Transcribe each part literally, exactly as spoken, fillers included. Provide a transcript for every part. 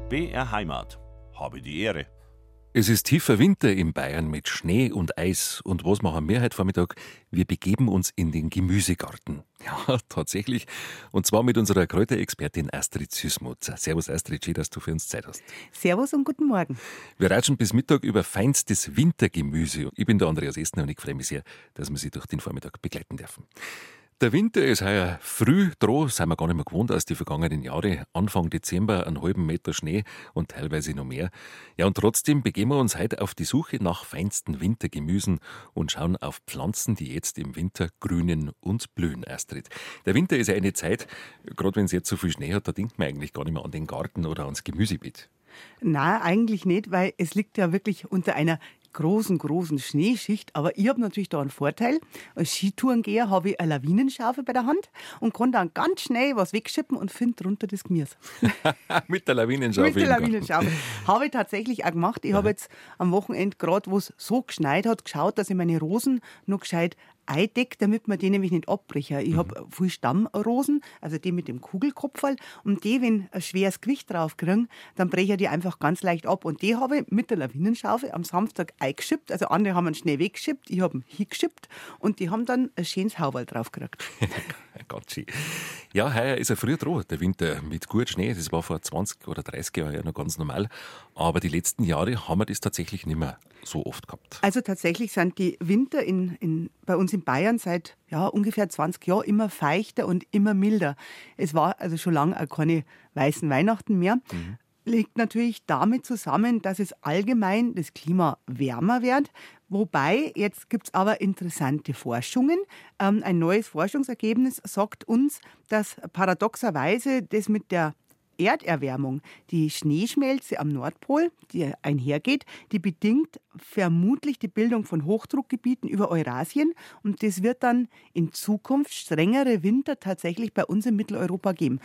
B R Heimat. Habe die Ehre. Es ist tiefer Winter in Bayern mit Schnee und Eis. Und was machen wir heute Vormittag? Wir begeben uns in den Gemüsegarten. Ja, tatsächlich. Und zwar mit unserer Kräuterexpertin Astrid Süßmuth. Servus Astrid, schön, dass du für uns Zeit hast. Servus und guten Morgen. Wir ratschen bis Mittag über feinstes Wintergemüse. Ich bin der Andreas Estner und ich freue mich sehr, dass wir Sie durch den Vormittag begleiten dürfen. Der Winter ist heuer früh dran, sind wir gar nicht mehr gewohnt aus den vergangenen Jahren. Anfang Dezember einen halben Meter Schnee und teilweise noch mehr. Ja, und trotzdem begeben wir uns heute auf die Suche nach feinsten Wintergemüsen und schauen auf Pflanzen, die jetzt im Winter grünen und blühen, Astrid. Der Winter ist ja eine Zeit, gerade wenn es jetzt so viel Schnee hat, da denkt man eigentlich gar nicht mehr an den Garten oder ans Gemüsebeet. Nein, eigentlich nicht, weil es liegt ja wirklich unter einer großen, großen Schneeschicht. Aber ich habe natürlich da einen Vorteil. Als Skitourengeher habe ich eine Lawinenschaufel bei der Hand und kann dann ganz schnell was wegschippen und finde drunter das Gemüse. Mit der Lawinenschaufel? Mit der Lawinenschaufel. Habe ich tatsächlich auch gemacht. Ich habe jetzt am Wochenende, gerade wo es so geschneit hat, geschaut, dass ich meine Rosen noch gescheit eindecke, damit man die nämlich nicht abbrechen. Ich mhm. habe viele Stammrosen, also die mit dem Kugelkopferl. Und die, wenn ein schweres Gewicht drauf kriegen, dann breche ich die einfach ganz leicht ab. Und die habe ich mit der Lawinenschaufel am Samstag eingeschippt. Also andere haben einen Schnee weggeschippt, ich habe ihn hingeschippt. Und die haben dann ein schönes Hauberl drauf gekriegt. Ganz schön. Ja, heuer ist er früher dran, der Winter mit gut Schnee. Das war vor zwanzig oder dreißig Jahren ja noch ganz normal. Aber die letzten Jahre haben wir das tatsächlich nicht mehr so oft gehabt. Also tatsächlich sind die Winter in, in, bei uns in Bayern seit ja, ungefähr zwanzig Jahren immer feuchter und immer milder. Es war also schon lange auch keine weißen Weihnachten mehr. Mhm. Liegt natürlich damit zusammen, dass es allgemein das Klima wärmer wird. Wobei, jetzt gibt es aber interessante Forschungen. Ähm, ein neues Forschungsergebnis sagt uns, dass paradoxerweise das mit der Erderwärmung, die Schneeschmelze am Nordpol, die einhergeht, die bedingt vermutlich die Bildung von Hochdruckgebieten über Eurasien. Und das wird dann in Zukunft strengere Winter tatsächlich bei uns in Mitteleuropa geben.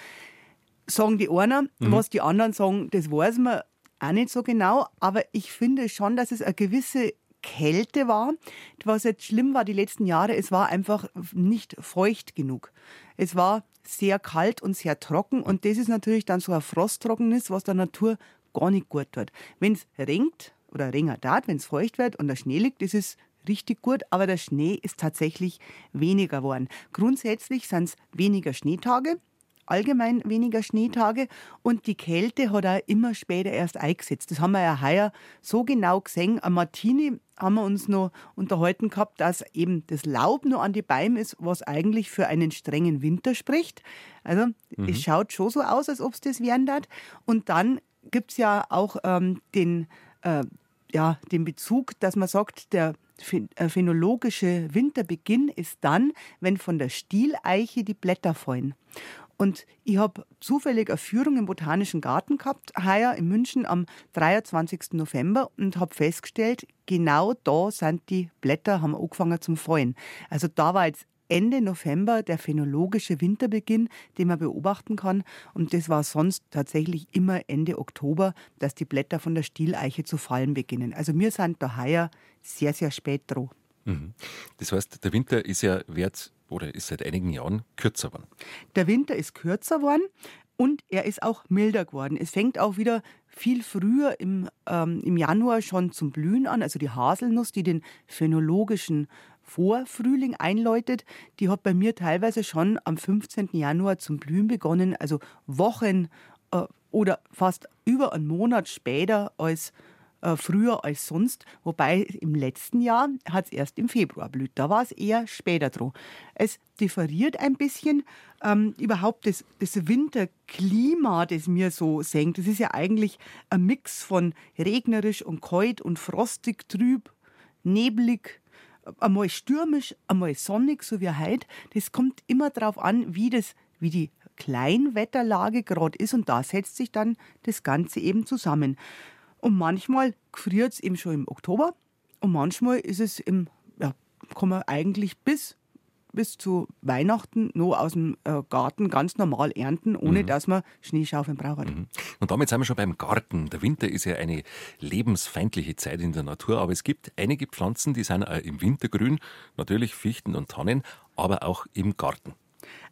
Sagen die einen, mhm. was die anderen sagen, das weiß man auch nicht so genau. Aber ich finde schon, dass es eine gewisse Kälte war. Was jetzt schlimm war die letzten Jahre, es war einfach nicht feucht genug. Es war sehr kalt und sehr trocken und das ist natürlich dann so ein Frosttrockenes, was der Natur gar nicht gut tut. Wenn es regnet oder regnet, wenn es feucht wird und der Schnee liegt, ist es richtig gut, aber der Schnee ist tatsächlich weniger geworden. Grundsätzlich sind es weniger Schneetage, allgemein weniger Schneetage und die Kälte hat auch immer später erst eingesetzt. Das haben wir ja heuer so genau gesehen. Am Martini haben wir uns noch unterhalten gehabt, dass eben das Laub noch an die Bäume ist, was eigentlich für einen strengen Winter spricht. Also mhm. es schaut schon so aus, als ob es das werden wird. Und dann gibt es ja auch ähm, den, äh, ja, den Bezug, dass man sagt, der phänologische Winterbeginn ist dann, wenn von der Stieleiche die Blätter fallen. Und ich habe zufällig eine Führung im Botanischen Garten gehabt, heuer in München am dreiundzwanzigsten November und habe festgestellt, genau da sind die Blätter, haben angefangen zum Fallen. Also da war jetzt Ende November der phänologische Winterbeginn, den man beobachten kann. Und das war sonst tatsächlich immer Ende Oktober, dass die Blätter von der Stieleiche zu fallen beginnen. Also wir sind da heuer sehr, sehr spät dran. Mhm. Das heißt, der Winter ist ja wert oder ist seit einigen Jahren kürzer geworden. Der Winter ist kürzer geworden und er ist auch milder geworden. Es fängt auch wieder viel früher im, ähm, im Januar schon zum Blühen an. Also die Haselnuss, die den phänologischen Vorfrühling einläutet, die hat bei mir teilweise schon am fünfzehnten Januar zum Blühen begonnen. Also Wochen äh, oder fast über einen Monat später als äh, früher als sonst. Wobei im letzten Jahr hat es erst im Februar blüht. Da war es eher später dran. Es differiert ein bisschen. Ähm, überhaupt das, das Winterklima, das mir so senkt, das ist ja eigentlich ein Mix von regnerisch und kalt und frostig, trüb, neblig, einmal stürmisch, einmal sonnig, so wie heute. Das kommt immer darauf an, wie, das, wie die Kleinwetterlage gerade ist. Und da setzt sich dann das Ganze eben zusammen. Und manchmal gefriert es eben schon im Oktober. Und manchmal ist es im, ja, kann man eigentlich bis, bis zu Weihnachten noch aus dem äh, Garten ganz normal ernten, ohne mhm. dass man Schneeschaufeln braucht. Mhm. Und damit sind wir schon beim Garten. Der Winter ist ja eine lebensfeindliche Zeit in der Natur, aber es gibt einige Pflanzen, die sind auch im Winter grün, natürlich Fichten und Tannen, aber auch im Garten.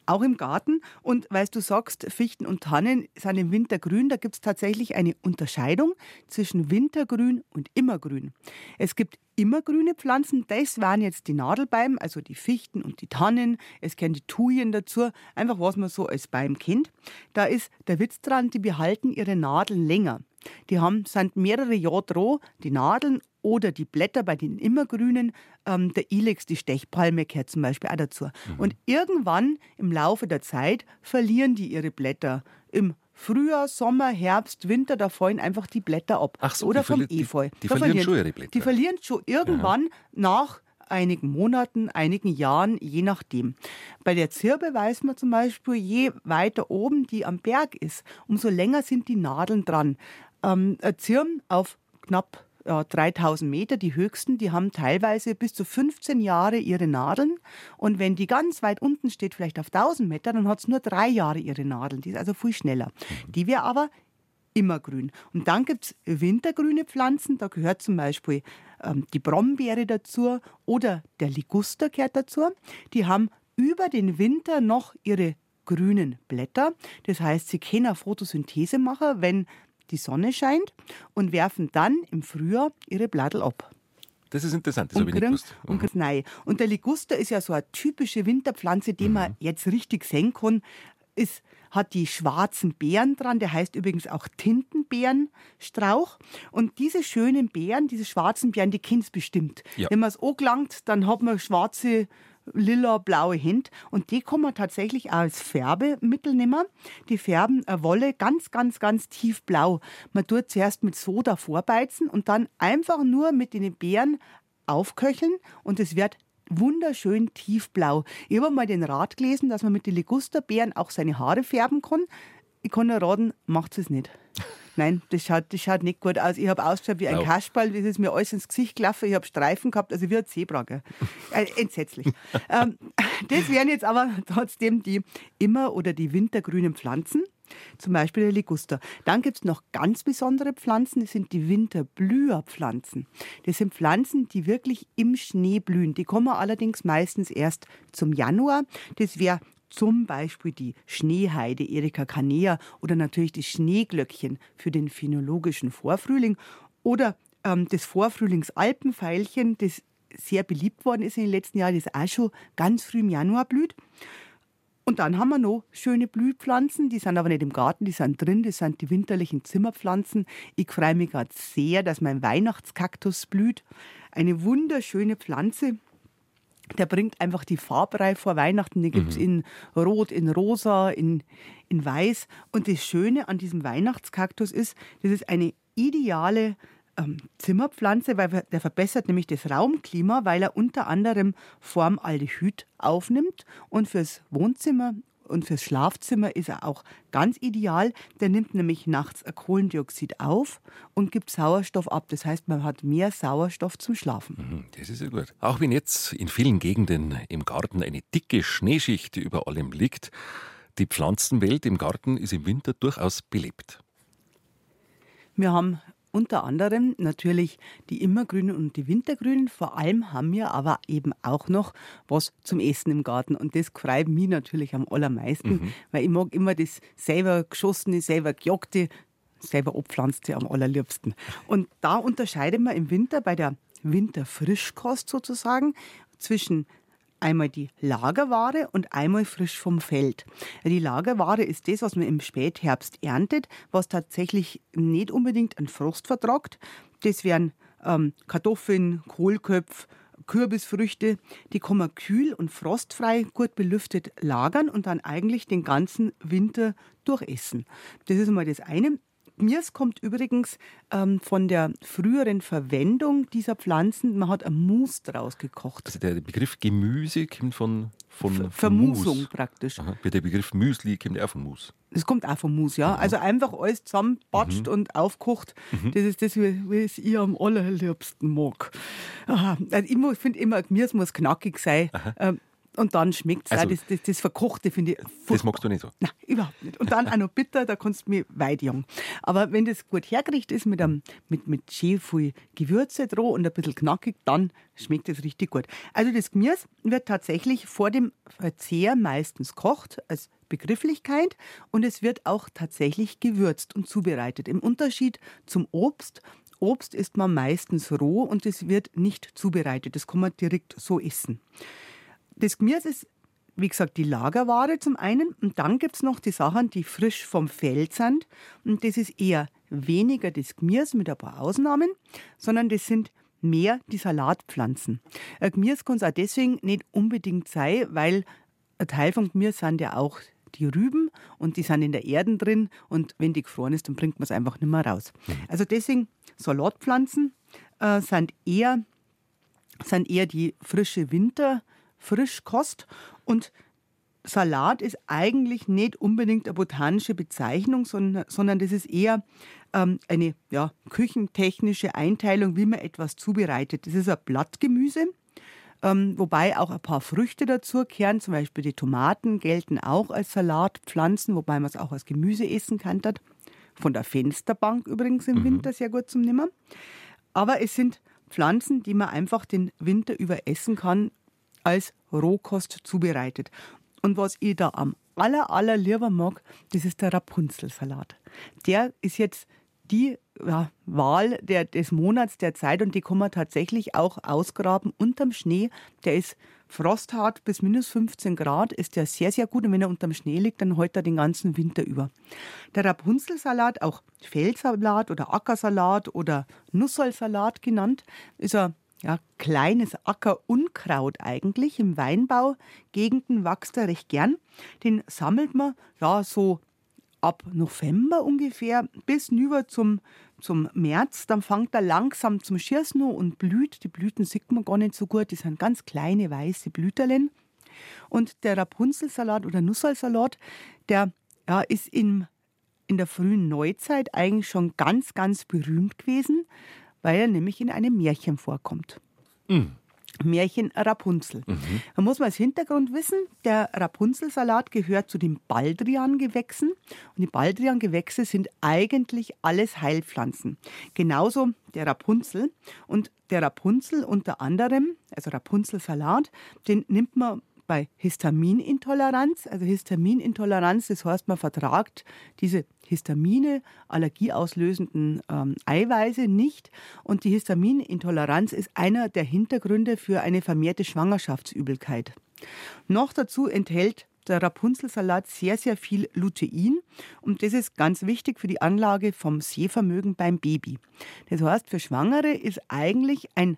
Auch im Garten. Und weil du sagst, Fichten und Tannen sind im Winter grün, da gibt es tatsächlich eine Unterscheidung zwischen Wintergrün und Immergrün. Es gibt immergrüne Pflanzen, das waren jetzt die Nadelbeim, also die Fichten und die Tannen. Es kennen die Thujen dazu, einfach was man so als Baum kennt. Da ist der Witz dran, die behalten ihre Nadeln länger. Die haben, sind mehrere Jahre dran, die Nadeln oder die Blätter bei den Immergrünen. Ähm, der Ilex, die Stechpalme, gehört zum Beispiel auch dazu. Mhm. Und irgendwann im Laufe der Zeit verlieren die ihre Blätter. Im Frühjahr, Sommer, Herbst, Winter, da fallen einfach die Blätter ab. Ach so, oder die vom verli- Efeu. Die, die Da verlieren schon ihre Blätter. Die verlieren schon irgendwann Aha. nach einigen Monaten, einigen Jahren, je nachdem. Bei der Zirbe weiß man zum Beispiel, je weiter oben die am Berg ist, umso länger sind die Nadeln dran. Ähm, ein Zirben auf knapp ja, dreitausend Meter, die höchsten, die haben teilweise bis zu fünfzehn Jahre ihre Nadeln. Und wenn die ganz weit unten steht, vielleicht auf tausend Meter, dann hat es nur drei Jahre ihre Nadeln. Die ist also viel schneller. Die wäre aber immergrün. Und dann gibt es wintergrüne Pflanzen, da gehört zum Beispiel ähm, die Brombeere dazu oder der Liguster gehört dazu. Die haben über den Winter noch ihre grünen Blätter. Das heißt, sie können eine Photosynthese machen, wenn die Sonne scheint und werfen dann im Frühjahr ihre Blätter ab. Das ist interessant, das habe ich nicht gewusst. Und, mhm. nein. Und der Liguster ist ja so eine typische Winterpflanze, die mhm. man jetzt richtig sehen kann. Ist, hat die schwarzen Beeren dran, der heißt übrigens auch Tintenbeerenstrauch. Und diese schönen Beeren, diese schwarzen Beeren, die kennt es bestimmt. Ja. Wenn man es angelangt, dann hat man schwarze, lila, blaue Hände. Und die kann man tatsächlich auch als Färbemittel nehmen. Die färben eine Wolle ganz, ganz, ganz tiefblau. Man tut zuerst mit Soda vorbeizen und dann einfach nur mit den Beeren aufköcheln und es wird wunderschön tiefblau. Ich habe mal den Rat gelesen, dass man mit den Ligusterbeeren auch seine Haare färben kann. Ich kann nur raten, macht es nicht. Nein, das schaut, das schaut nicht gut aus. Ich habe ausgeschaut wie ein Kasperl, das ist mir alles ins Gesicht gelaufen. Ich habe Streifen gehabt, also wie ein Zebra. Gell? Äh, entsetzlich. ähm, das wären jetzt aber trotzdem die immer- oder die wintergrünen Pflanzen. Zum Beispiel der Liguster. Dann gibt es noch ganz besondere Pflanzen, das sind die Winterblüherpflanzen. Das sind Pflanzen, die wirklich im Schnee blühen. Die kommen allerdings meistens erst zum Januar. Das wäre zum Beispiel die Schneeheide, Erika canea, oder natürlich die Schneeglöckchen für den phänologischen Vorfrühling oder ähm, das Vorfrühlingsalpenveilchen, das sehr beliebt worden ist in den letzten Jahren, das auch schon ganz früh im Januar blüht. Und dann haben wir noch schöne Blühpflanzen, die sind aber nicht im Garten, die sind drin, das sind die winterlichen Zimmerpflanzen. Ich freue mich gerade sehr, dass mein Weihnachtskaktus blüht. Eine wunderschöne Pflanze. Der bringt einfach die Farbreihe vor Weihnachten. Die gibt es mhm. in Rot, in Rosa, in, in Weiß. Und das Schöne an diesem Weihnachtskaktus ist, das ist eine ideale ähm, Zimmerpflanze, weil der verbessert nämlich das Raumklima, weil er unter anderem Formaldehyd aufnimmt. Und fürs Wohnzimmer und fürs Schlafzimmer ist er auch ganz ideal. Der nimmt nämlich nachts Kohlendioxid auf und gibt Sauerstoff ab. Das heißt, man hat mehr Sauerstoff zum Schlafen. Das ist ja gut. Auch wenn jetzt in vielen Gegenden im Garten eine dicke Schneeschicht über allem liegt, die Pflanzenwelt im Garten ist im Winter durchaus belebt. Wir haben unter anderem natürlich die immergrünen und die wintergrünen. Vor allem haben wir aber eben auch noch was zum Essen im Garten. Und das freut mich natürlich am allermeisten, mhm. weil ich mag immer das selber geschossene, selber gejagte, selber abpflanzte am allerliebsten. Und da unterscheiden wir im Winter bei der Winterfrischkost sozusagen zwischen einmal die Lagerware und einmal frisch vom Feld. Die Lagerware ist das, was man im Spätherbst erntet, was tatsächlich nicht unbedingt einen Frost vertragt. Das wären ähm, Kartoffeln, Kohlköpfe, Kürbisfrüchte. Die kann man kühl und frostfrei, gut belüftet lagern und dann eigentlich den ganzen Winter durchessen. Das ist mal das eine. Mir kommt übrigens ähm, von der früheren Verwendung dieser Pflanzen, man hat ein Mus draus gekocht. Also der Begriff Gemüse kommt von, von, von Vermusung Mus. Praktisch. Aha. Der Begriff Müsli kommt auch vom Mus. Das kommt auch vom Mus, ja. Aha. Also einfach alles zusammenbatscht mhm. und aufkocht. Mhm. Das ist das, was ich am allerliebsten mag. Also ich finde immer, Gemüse muss knackig sein. Ähm, Und dann schmeckt es Also, auch. Das, das, das Verkochte finde ich furchtbar. Das magst du nicht so? Nein, überhaupt nicht. Und dann auch noch bitter, da kannst du mich weit jagen. Aber wenn das gut hergerichtet ist, mit, einem, mit, mit schön viel Gewürze dran und ein bisschen knackig, dann schmeckt das richtig gut. Also das Gemüse wird tatsächlich vor dem Verzehr meistens kocht, als Begrifflichkeit. Und es wird auch tatsächlich gewürzt und zubereitet. Im Unterschied zum Obst. Obst isst man meistens roh und es wird nicht zubereitet. Das kann man direkt so essen. Das Gemüse ist, wie gesagt, die Lagerware zum einen. Und dann gibt es noch die Sachen, die frisch vom Feld sind. Und das ist eher weniger das Gemüse mit ein paar Ausnahmen, sondern das sind mehr die Salatpflanzen. Ein Gemüse kann es auch deswegen nicht unbedingt sein, weil ein Teil vom Gemüse sind ja auch die Rüben und die sind in der Erde drin. Und wenn die gefroren ist, dann bringt man es einfach nicht mehr raus. Also deswegen Salatpflanzen äh, sind, eher, sind eher die frische Winter- Frischkost. Und Salat ist eigentlich nicht unbedingt eine botanische Bezeichnung, sondern, sondern das ist eher ähm, eine ja, küchentechnische Einteilung, wie man etwas zubereitet. Das ist ein Blattgemüse, ähm, wobei auch ein paar Früchte dazugehören, zum Beispiel die Tomaten gelten auch als Salatpflanzen, wobei man es auch als Gemüse essen kann. Von der Fensterbank übrigens im mhm. Winter sehr gut zum Nehmen. Aber es sind Pflanzen, die man einfach den Winter über essen kann, als Rohkost zubereitet. Und was ich da am aller, aller lieber mag, das ist der Rapunzelsalat. Der ist jetzt die ja, Wahl der, des Monats, der Zeit und die kann man tatsächlich auch ausgraben unterm Schnee. Der ist frosthart bis minus fünfzehn Grad, ist der sehr, sehr gut. Und wenn er unterm Schnee liegt, dann hält er den ganzen Winter über. Der Rapunzelsalat, auch Feldsalat oder Ackersalat oder Nussalsalat genannt, ist ein Ja, kleines Ackerunkraut eigentlich. Im Weinbaugegenden wächst er recht gern. Den sammelt man ja so ab November ungefähr bis hinüber zum, zum März. Dann fängt er langsam zum Schießen und blüht. Die Blüten sieht man gar nicht so gut. Die sind ganz kleine weiße Blüterlen. Und der Rapunzelsalat oder Nussalsalat, der ja, ist in, in der frühen Neuzeit eigentlich schon ganz, ganz berühmt gewesen, weil er nämlich in einem Märchen vorkommt. Mm. Märchen Rapunzel. Mhm. Da muss man als Hintergrund wissen, der Rapunzelsalat gehört zu den Baldrian-Gewächsen. Und die Baldrian-Gewächse sind eigentlich alles Heilpflanzen. Genauso der Rapunzel. Und der Rapunzel unter anderem, also Rapunzelsalat, den nimmt man bei Histaminintoleranz. Also Histaminintoleranz, das heißt, man vertragt diese Histamine, allergieauslösenden ähm, Eiweiße nicht. Und die Histaminintoleranz ist einer der Hintergründe für eine vermehrte Schwangerschaftsübelkeit. Noch dazu enthält der Rapunzelsalat sehr, sehr viel Lutein. Und das ist ganz wichtig für die Anlage vom Sehvermögen beim Baby. Das heißt, für Schwangere ist eigentlich ein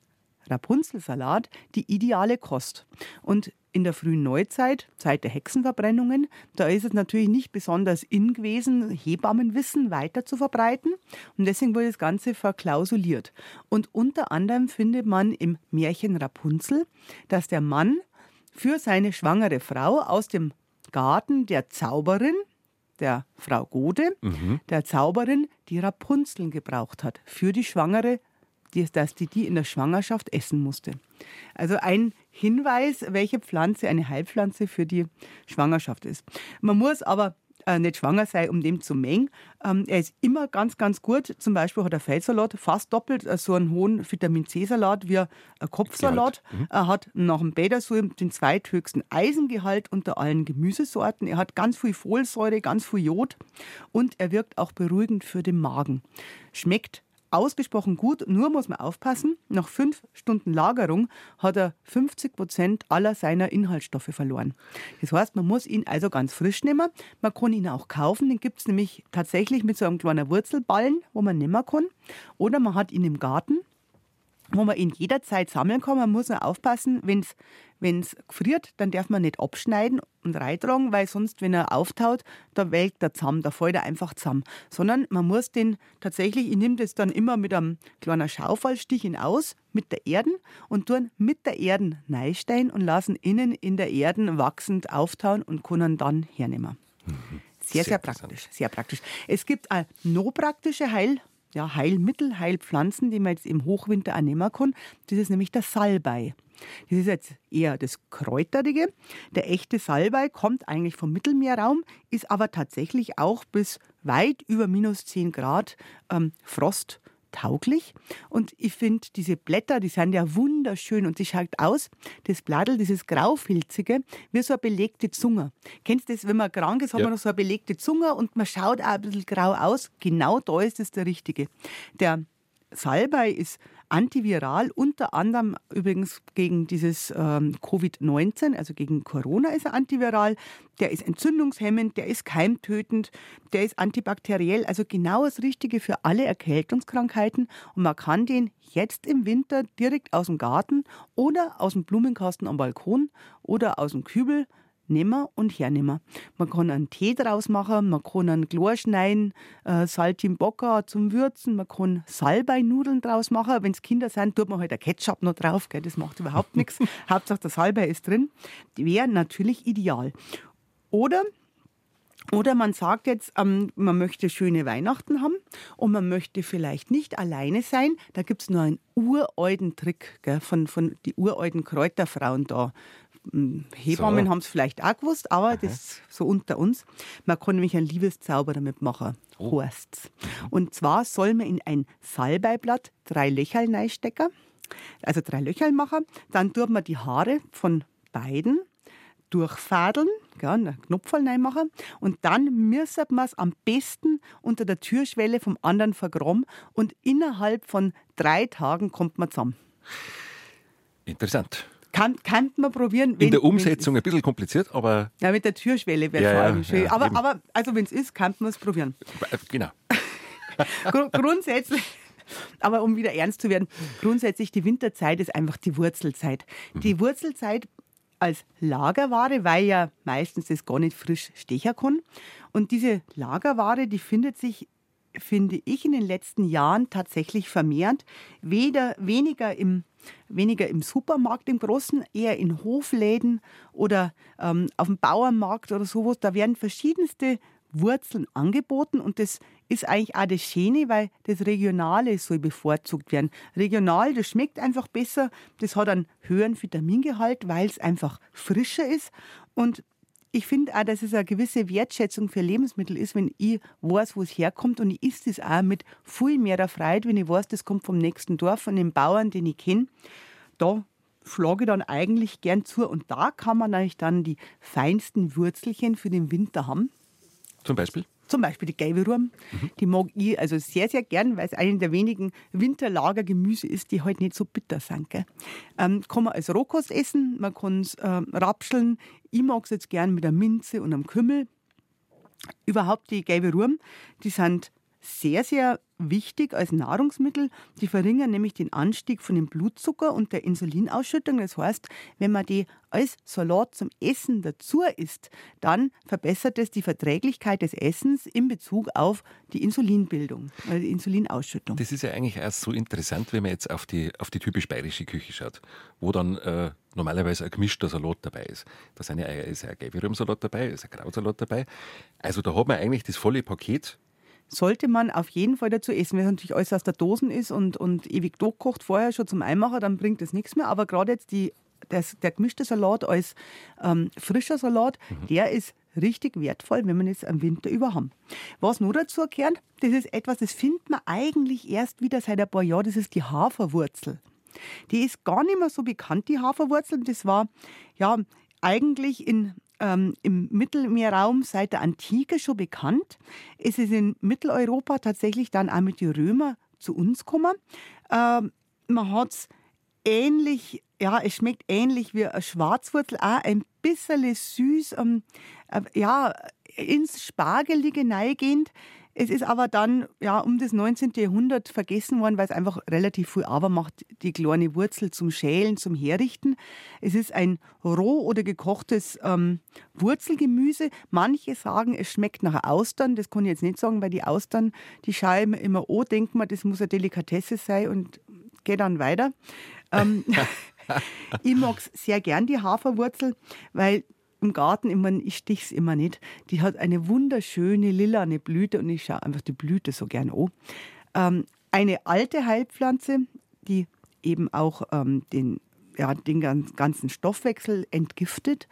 Rapunzelsalat die ideale Kost. Und in der frühen Neuzeit, Zeit der Hexenverbrennungen, da ist es natürlich nicht besonders in gewesen, Hebammenwissen weiter zu verbreiten. Und deswegen wurde das Ganze verklausuliert. Und unter anderem findet man im Märchen Rapunzel, dass der Mann für seine schwangere Frau aus dem Garten der Zauberin, der Frau Gode, mhm. der Zauberin, die Rapunzeln gebraucht hat. Für die Schwangere, die, dass die die in der Schwangerschaft essen musste. Also ein Hinweis, welche Pflanze eine Heilpflanze für die Schwangerschaft ist. Man muss aber äh, nicht schwanger sein, um den zu mengen. Ähm, er ist immer ganz, ganz gut. Zum Beispiel hat der Feldsalat fast doppelt äh, so einen hohen Vitamin-C-Salat wie ein Kopfsalat. Mhm. Er hat nach dem Bädersäure den zweithöchsten Eisengehalt unter allen Gemüsesorten. Er hat ganz viel Folsäure, ganz viel Jod und er wirkt auch beruhigend für den Magen. Schmeckt ausgesprochen gut, nur muss man aufpassen, nach fünf Stunden Lagerung hat er fünfzig Prozent aller seiner Inhaltsstoffe verloren. Das heißt, man muss ihn also ganz frisch nehmen. Man kann ihn auch kaufen, den gibt es nämlich tatsächlich mit so einem kleinen Wurzelballen, wo man nehmen kann. Oder man hat ihn im Garten, wo man ihn jederzeit sammeln kann. Man muss nur aufpassen, wenn es wenn es gefriert, dann darf man nicht abschneiden und reintragen, weil sonst, wenn er auftaut, da welkt er zusammen, da fällt er einfach zusammen. Sondern man muss den tatsächlich, ich nehme das dann immer mit einem kleinen Schaufel, stich ihn aus mit der Erden und tun mit der Erden reinstein und lassen innen in der Erden wachsend auftauen und können dann hernehmen. Mhm. Sehr, sehr, sehr praktisch, sehr praktisch. Es gibt auch noch praktische Heil ja, Heilmittel, Heilpflanzen, die man jetzt im Hochwinter auch nehmen kann. Das ist nämlich der Salbei. Das ist jetzt eher das Kräuterige. Der echte Salbei kommt eigentlich vom Mittelmeerraum, ist aber tatsächlich auch bis weit über minus zehn Grad ähm, frosttauglich. Und ich finde, diese Blätter, die sind ja wunderschön und sie schaut aus, das Blattl, dieses Graufilzige, wie so eine belegte Zunge. Kennst du das, wenn man krank ist, hat ja. man noch so eine belegte Zunge und man schaut auch ein bisschen grau aus. Genau da ist es der Richtige. Der Salbei ist antiviral, unter anderem übrigens gegen dieses ähm, Covid neunzehn, also gegen Corona ist er antiviral. Der ist entzündungshemmend, der ist keimtötend, der ist antibakteriell, also genau das Richtige für alle Erkältungskrankheiten. Und man kann den jetzt im Winter direkt aus dem Garten oder aus dem Blumenkasten am Balkon oder aus dem Kübel nehmen und hernehmen. Man kann einen Tee draus machen, man kann einen Chlor schneiden, äh, Saltimbocca zum Würzen, man kann Salbeinudeln draus machen. Wenn es Kinder sind, tut man halt ein Ketchup noch drauf, gell? Das macht überhaupt nichts. Hauptsache der Salbei ist drin. Wäre natürlich ideal. Oder Oder man sagt jetzt, ähm, man möchte schöne Weihnachten haben und man möchte vielleicht nicht alleine sein. Da gibt es nur einen uralten Trick, gell, von, von die uralten Kräuterfrauen da. Hebammen so. Haben es vielleicht auch gewusst, aber Aha. das ist so unter uns. Man kann nämlich einen Liebeszauber damit machen, oh. heißt's. Und zwar soll man in ein Salbeiblatt drei Löcherl reinstecken, also drei Löcherl machen. Dann tut man die Haare von beiden durchfadeln, ja, einen Knopferl reinmachen und dann müsste man es am besten unter der Türschwelle vom anderen vergraben und innerhalb von drei Tagen kommt man zusammen. Interessant. Kann, kann man probieren. Wenn, in der Umsetzung ein bisschen kompliziert, aber... Ja, mit der Türschwelle wäre ja, vor allem ja, schön. Ja, aber, eben. aber also wenn es ist, kann man es probieren. Genau. Gru- grundsätzlich, aber um wieder ernst zu werden, grundsätzlich die Winterzeit ist einfach die Wurzelzeit. Mhm. Die Wurzelzeit als Lagerware, weil ja meistens das gar nicht frisch stechen kann. Und diese Lagerware, die findet sich, finde ich, in den letzten Jahren tatsächlich vermehrt. Weder, weniger im Weniger im Supermarkt im Großen, eher in Hofläden oder ähm, auf dem Bauernmarkt oder sowas. Da werden verschiedenste Wurzeln angeboten und das ist eigentlich auch das Schöne, weil das Regionale soll bevorzugt werden. Regional, das schmeckt einfach besser, das hat einen höheren Vitamingehalt, weil es einfach frischer ist und ich finde auch, dass es eine gewisse Wertschätzung für Lebensmittel ist, wenn ich weiß, wo es herkommt und ich esse das auch mit viel mehr Freude, wenn ich weiß, das kommt vom nächsten Dorf, von dem Bauern, den ich kenne. Da schlage ich dann eigentlich gern zu und da kann man eigentlich dann die feinsten Wurzelchen für den Winter haben. Zum Beispiel? Zum Beispiel die gelbe Ruhm. Mhm. Die mag ich also sehr, sehr gern, weil es eine der wenigen Winterlagergemüse ist, die halt nicht so bitter sind. Gell? Ähm, kann man als Rohkost essen, man kann es äh, rapscheln. Ich mag es jetzt gern mit der Minze und einem Kümmel. Überhaupt die gelbe Ruhm, die sind sehr, sehr wichtig als Nahrungsmittel. Die verringern nämlich den Anstieg von dem Blutzucker und der Insulinausschüttung. Das heißt, wenn man die als Salat zum Essen dazu isst, dann verbessert es die Verträglichkeit des Essens in Bezug auf die Insulinbildung, also die Insulinausschüttung. Das ist ja eigentlich erst so interessant, wenn man jetzt auf die, auf die typisch bayerische Küche schaut, wo dann äh, normalerweise ein gemischter Salat dabei ist. Da sind ja, ist ein Gelbwürmsalat dabei, ist ein Krautsalat dabei. Also da hat man eigentlich das volle Paket. Sollte man auf jeden Fall dazu essen. Wenn es natürlich alles aus der Dose ist und, und ewig durchgekocht vorher schon zum Einmachen, dann bringt das nichts mehr. Aber gerade jetzt die, das, der gemischte Salat als ähm, frischer Salat, mhm. der ist richtig wertvoll, wenn man es im Winter über haben. Was noch dazu gehört, das ist etwas, das findet man eigentlich erst wieder seit ein paar Jahren, das ist die Haferwurzel. Die ist gar nicht mehr so bekannt, die Haferwurzel. Das war ja eigentlich in Ähm, im Mittelmeerraum seit der Antike schon bekannt. Es ist in Mitteleuropa tatsächlich dann auch mit den Römern zu uns gekommen. Ähm, man hat es ähnlich, ja, es schmeckt ähnlich wie eine Schwarzwurzel, auch ein bisschen süß, ähm, äh, ja, ins Spargelige neigehend. Es ist aber dann ja, um das neunzehnten Jahrhundert vergessen worden, weil es einfach relativ viel Arbeit macht, die kleine Wurzel zum Schälen, zum Herrichten. Es ist ein roh oder gekochtes ähm, Wurzelgemüse. Manche sagen, es schmeckt nach Austern. Das kann ich jetzt nicht sagen, weil die Austern, die schauen immer, oh, denkt man, das muss eine Delikatesse sein und geht dann weiter. Ähm, ich mag sehr gern die Haferwurzel, weil im Garten, ich, mein, ich stiche es immer nicht, die hat eine wunderschöne lilane Blüte und ich schaue einfach die Blüte so gern an. Ähm, Eine alte Heilpflanze, die eben auch ähm, den, ja, den ganzen Stoffwechsel entgiftet.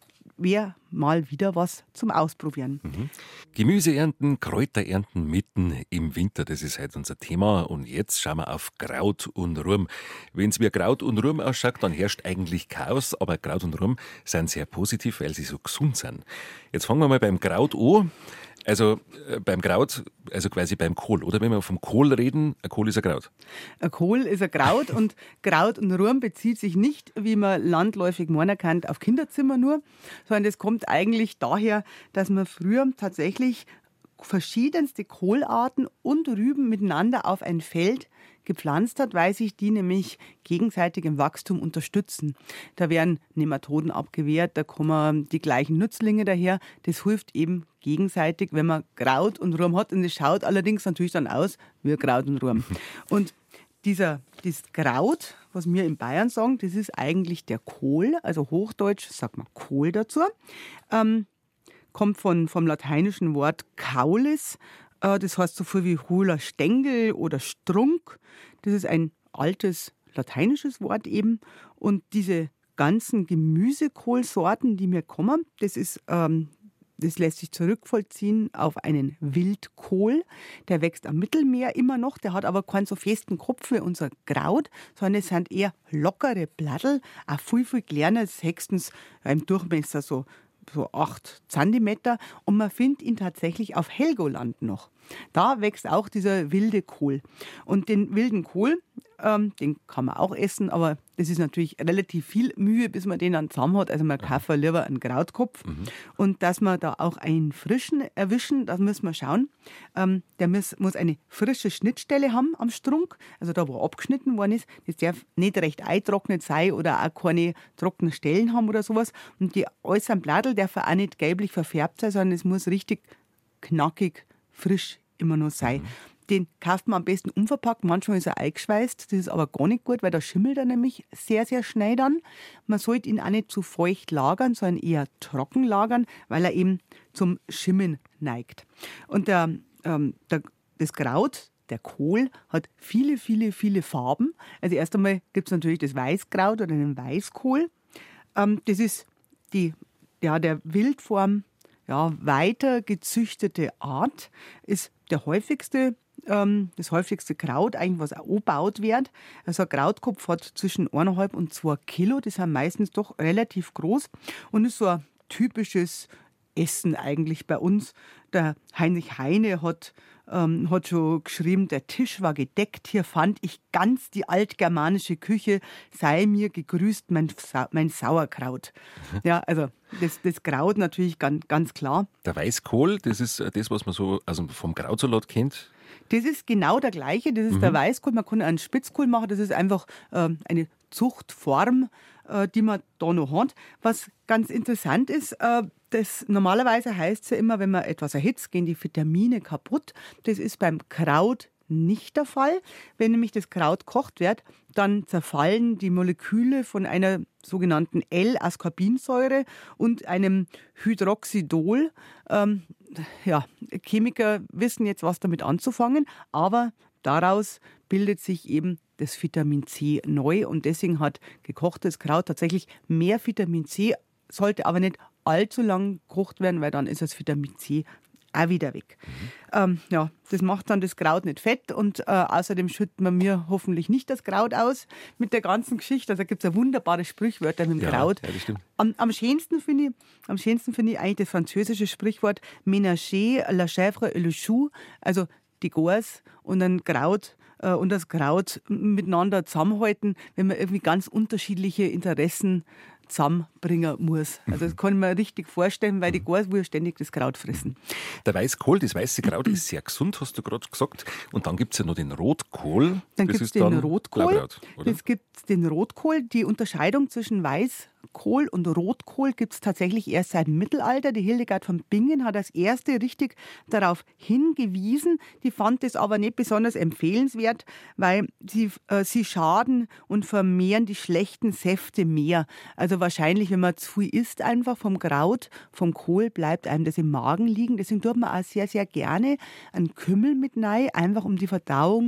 Wäre mal wieder was zum Ausprobieren. Mhm. Gemüse ernten, Kräuter ernten mitten im Winter, das ist heute unser Thema. Und jetzt schauen wir auf Kraut und Rüben. Wenn es wie Kraut und Rüben ausschaut, dann herrscht eigentlich Chaos, aber Kraut und Rüben sind sehr positiv, weil sie so gesund sind. Jetzt fangen wir mal beim Kraut an. Also äh, beim Kraut, also quasi beim Kohl, oder wenn wir vom Kohl reden, ein Kohl ist ein Kraut. Ein Kohl ist ein Kraut und Kraut und Rüben bezieht sich nicht, wie man landläufig meinen kann, auf Kinderzimmer nur, sondern das kommt eigentlich daher, dass man früher tatsächlich verschiedenste Kohlarten und Rüben miteinander auf ein Feld gepflanzt hat, weil sich die nämlich gegenseitig im Wachstum unterstützen. Da werden Nematoden abgewehrt, da kommen die gleichen Nützlinge daher. Das hilft eben gegenseitig, wenn man Kraut und Rüben hat. Und es schaut allerdings natürlich dann aus wie Kraut und Rüben. Und dieser, dieses Kraut, was wir in Bayern sagen, das ist eigentlich der Kohl, also hochdeutsch sagt man Kohl dazu. Ähm, kommt von, vom lateinischen Wort Caulis. Das heißt so viel wie hohler Stängel oder Strunk. Das ist ein altes lateinisches Wort eben. Und diese ganzen Gemüsekohlsorten, die mir kommen, das ist, ähm, das lässt sich zurückvollziehen auf einen Wildkohl. Der wächst am Mittelmeer immer noch. Der hat aber keinen so festen Kopf wie unser Kraut, sondern es sind eher lockere Blattel, auch viel, viel kleiner. Das ist höchstens im Durchmesser so so acht Zentimeter, und man findet ihn tatsächlich auf Helgoland noch. Da wächst auch dieser wilde Kohl. Und den wilden Kohl, ähm, den kann man auch essen, aber das ist natürlich relativ viel Mühe, bis man den dann zusammen hat. Also man kauft lieber einen Krautkopf. Mhm. Und dass man da auch einen frischen erwischen, das müssen wir schauen. Ähm, der muss, muss eine frische Schnittstelle haben am Strunk, also da, wo abgeschnitten worden ist. Das darf nicht recht eintrocknet sein oder auch keine trockenen Stellen haben oder sowas. Und die äußeren Blättel darf auch nicht gelblich verfärbt sein, sondern es muss richtig knackig, frisch immer noch sein. Mhm. Den kauft man am besten unverpackt, manchmal ist er eingeschweißt, das ist aber gar nicht gut, weil da schimmelt er nämlich sehr, sehr schnell dann. Man sollte ihn auch nicht zu feucht lagern, sondern eher trocken lagern, weil er eben zum Schimmeln neigt. Und der, ähm, der, das Kraut, der Kohl, hat viele, viele, viele Farben. Also erst einmal gibt es natürlich das Weißkraut oder den Weißkohl. Ähm, das ist die, ja, der Wildform ja, weiter gezüchtete Art, ist der häufigste, ähm, das häufigste Kraut, eigentlich was auch angebaut wird. Also ein Krautkopf hat zwischen eineinhalb und zwei Kilo, das sind meistens doch relativ groß und ist so ein typisches Essen eigentlich bei uns. Der Heinrich Heine hat, ähm, hat schon geschrieben, der Tisch war gedeckt, hier fand ich ganz die altgermanische Küche, sei mir gegrüßt mein, Sa- mein Sauerkraut. Mhm. Ja, also das, das Kraut natürlich ganz, ganz klar. Der Weißkohl, das ist das, was man so also vom Krautsalat kennt? Das ist genau der gleiche, das ist mhm. der Weißkohl, man kann einen Spitzkohl machen, das ist einfach ähm, eine Zuchtform, äh, die man da noch hat. Was ganz interessant ist, äh, das normalerweise heißt es ja immer, wenn man etwas erhitzt, gehen die Vitamine kaputt. Das ist beim Kraut nicht der Fall. Wenn nämlich das Kraut kocht wird, dann zerfallen die Moleküle von einer sogenannten L-Ascorbinsäure und einem Hydroxidol. Ähm, ja, Chemiker wissen jetzt, was damit anzufangen, aber daraus bildet sich eben das Vitamin C neu und deswegen hat gekochtes Kraut tatsächlich mehr Vitamin C, sollte aber nicht allzu lang gekocht werden, weil dann ist das Vitamin C auch wieder weg. Mhm. Ähm, ja, das macht dann das Kraut nicht fett und äh, außerdem schüttet man mir hoffentlich nicht das Kraut aus mit der ganzen Geschichte. Also da gibt es ja wunderbare Sprichwörter mit dem ja, Kraut. Ja, das stimmt. Am, am schönsten finde ich, am schönsten finde ich eigentlich das französische Sprichwort Ménager la chèvre et le chou, also die Gors und ein Kraut äh, und das Kraut miteinander zusammenhalten, wenn man irgendwie ganz unterschiedliche Interessen zusammenbringen muss. Also das kann ich mir richtig vorstellen, weil die Gors will ständig das Kraut fressen. Der Weißkohl, das weiße Kraut ist sehr gesund, hast du gerade gesagt. Und dann gibt es ja noch den Rotkohl. Dann gibt es den Rotkohl. Blaukraut, oder? Es gibt den Rotkohl. Die Unterscheidung zwischen Weißkohl und Rotkohl gibt es tatsächlich erst seit dem Mittelalter. Die Hildegard von Bingen hat als erste richtig darauf hingewiesen. Die fand es aber nicht besonders empfehlenswert, weil sie, äh, sie schaden und vermehren die schlechten Säfte mehr. Also wahrscheinlich, wenn man zu viel isst einfach vom Kraut, vom Kohl, bleibt einem das im Magen liegen. Deswegen tut man auch sehr, sehr gerne einen Kümmel mit rein, einfach um die Verdauung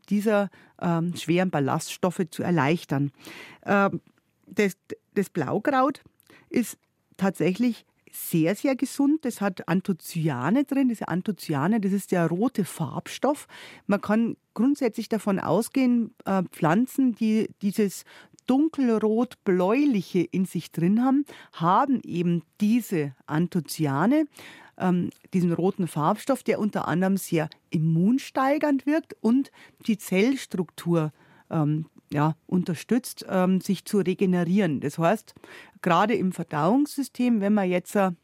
dieser ähm, schweren Ballaststoffe zu erleichtern. Ähm, das, das Blaukraut ist tatsächlich sehr, sehr gesund. Das hat Anthocyane drin. Diese Anthocyane, das ist der rote Farbstoff. Man kann grundsätzlich davon ausgehen, äh, Pflanzen, die dieses dunkelrot-bläuliche in sich drin haben, haben eben diese Anthocyane, ähm, diesen roten Farbstoff, der unter anderem sehr immunsteigernd wirkt und die Zellstruktur ähm, ja, unterstützt, ähm, sich zu regenerieren. Das heißt, gerade im Verdauungssystem, wenn man jetzt äh,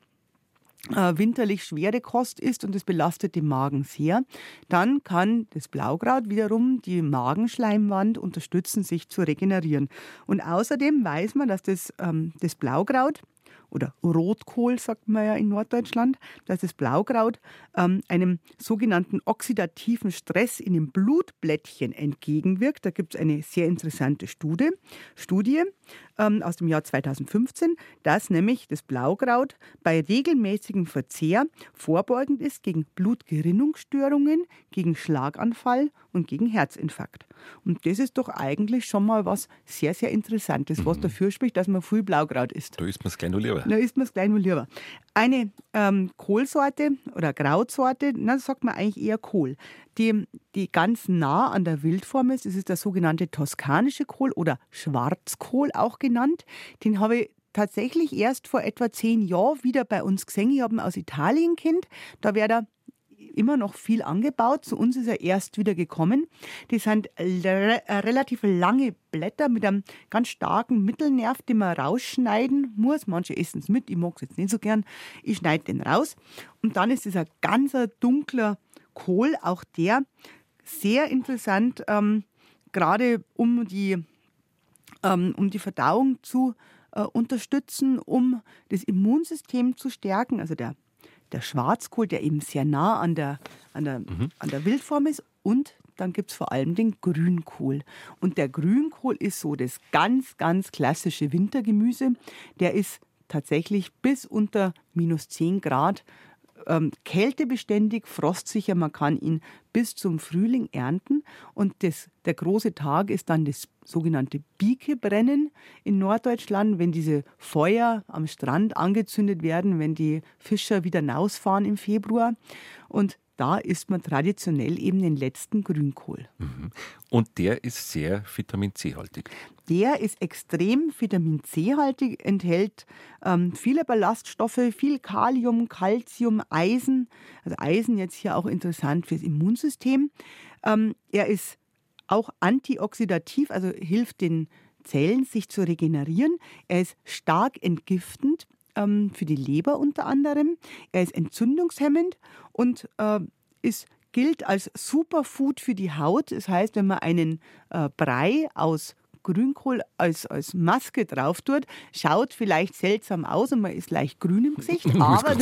winterlich schwere Kost isst und das belastet den Magen sehr, dann kann das Blaukraut wiederum die Magenschleimwand unterstützen, sich zu regenerieren. Und außerdem weiß man, dass das, ähm, das Blaukraut oder Rotkohl, sagt man ja in Norddeutschland, dass das Blaukraut ähm, einem sogenannten oxidativen Stress in den Blutblättchen entgegenwirkt. Da gibt es eine sehr interessante Studie, Studie ähm, aus dem Jahr zweitausendfünfzehn, dass nämlich das Blaukraut bei regelmäßigem Verzehr vorbeugend ist gegen Blutgerinnungsstörungen, gegen Schlaganfall und gegen Herzinfarkt. Und das ist doch eigentlich schon mal was sehr, sehr Interessantes, mhm. was dafür spricht, dass man viel Blaukraut isst. Da isst man es gleich noch lieber. Da isst man es gleich noch lieber. Eine ähm, Kohlsorte oder Krautsorte, na, das sagt man eigentlich eher Kohl, die, die ganz nah an der Wildform ist, das ist der sogenannte toskanische Kohl oder Schwarzkohl auch genannt. Den habe ich tatsächlich erst vor etwa zehn Jahren wieder bei uns gesehen. Ich habe ihn aus Italien kennt. Da wäre er immer noch viel angebaut. Zu uns ist er erst wieder gekommen. Die sind re- relativ lange Blätter mit einem ganz starken Mittelnerv, den man rausschneiden muss. Manche essen es mit, ich mag es jetzt nicht so gern. Ich schneide den raus. Und dann ist es ein ganz dunkler Kohl, auch der sehr interessant, ähm, gerade um die, ähm, um die Verdauung zu äh, unterstützen, um das Immunsystem zu stärken. Also der Der Schwarzkohl, der eben sehr nah an der, an der, mhm. an der Wildform ist. Und dann gibt es vor allem den Grünkohl. Und der Grünkohl ist so das ganz, ganz klassische Wintergemüse. Der ist tatsächlich bis unter minus zehn Grad ähm, kältebeständig, frostsicher. Man kann ihn bis zum Frühling ernten. Und das, der große Tag ist dann das sogenannte Bikebrennen in Norddeutschland, wenn diese Feuer am Strand angezündet werden, wenn die Fischer wieder rausfahren im Februar. Und da isst man traditionell eben den letzten Grünkohl. Und der ist sehr Vitamin C-haltig. Der ist extrem Vitamin C-haltig, enthält ähm, viele Ballaststoffe, viel Kalium, Calcium, Eisen. Also Eisen jetzt hier auch interessant fürs Immunsystem. Ähm, er ist auch antioxidativ, also hilft den Zellen, sich zu regenerieren. Er ist stark entgiftend, ähm, für die Leber unter anderem. Er ist entzündungshemmend und äh, ist, gilt als Superfood für die Haut. Das heißt, wenn man einen äh, Brei aus Grünkohl als, als Maske drauf tut, schaut vielleicht seltsam aus und man ist leicht grün im Gesicht, aber,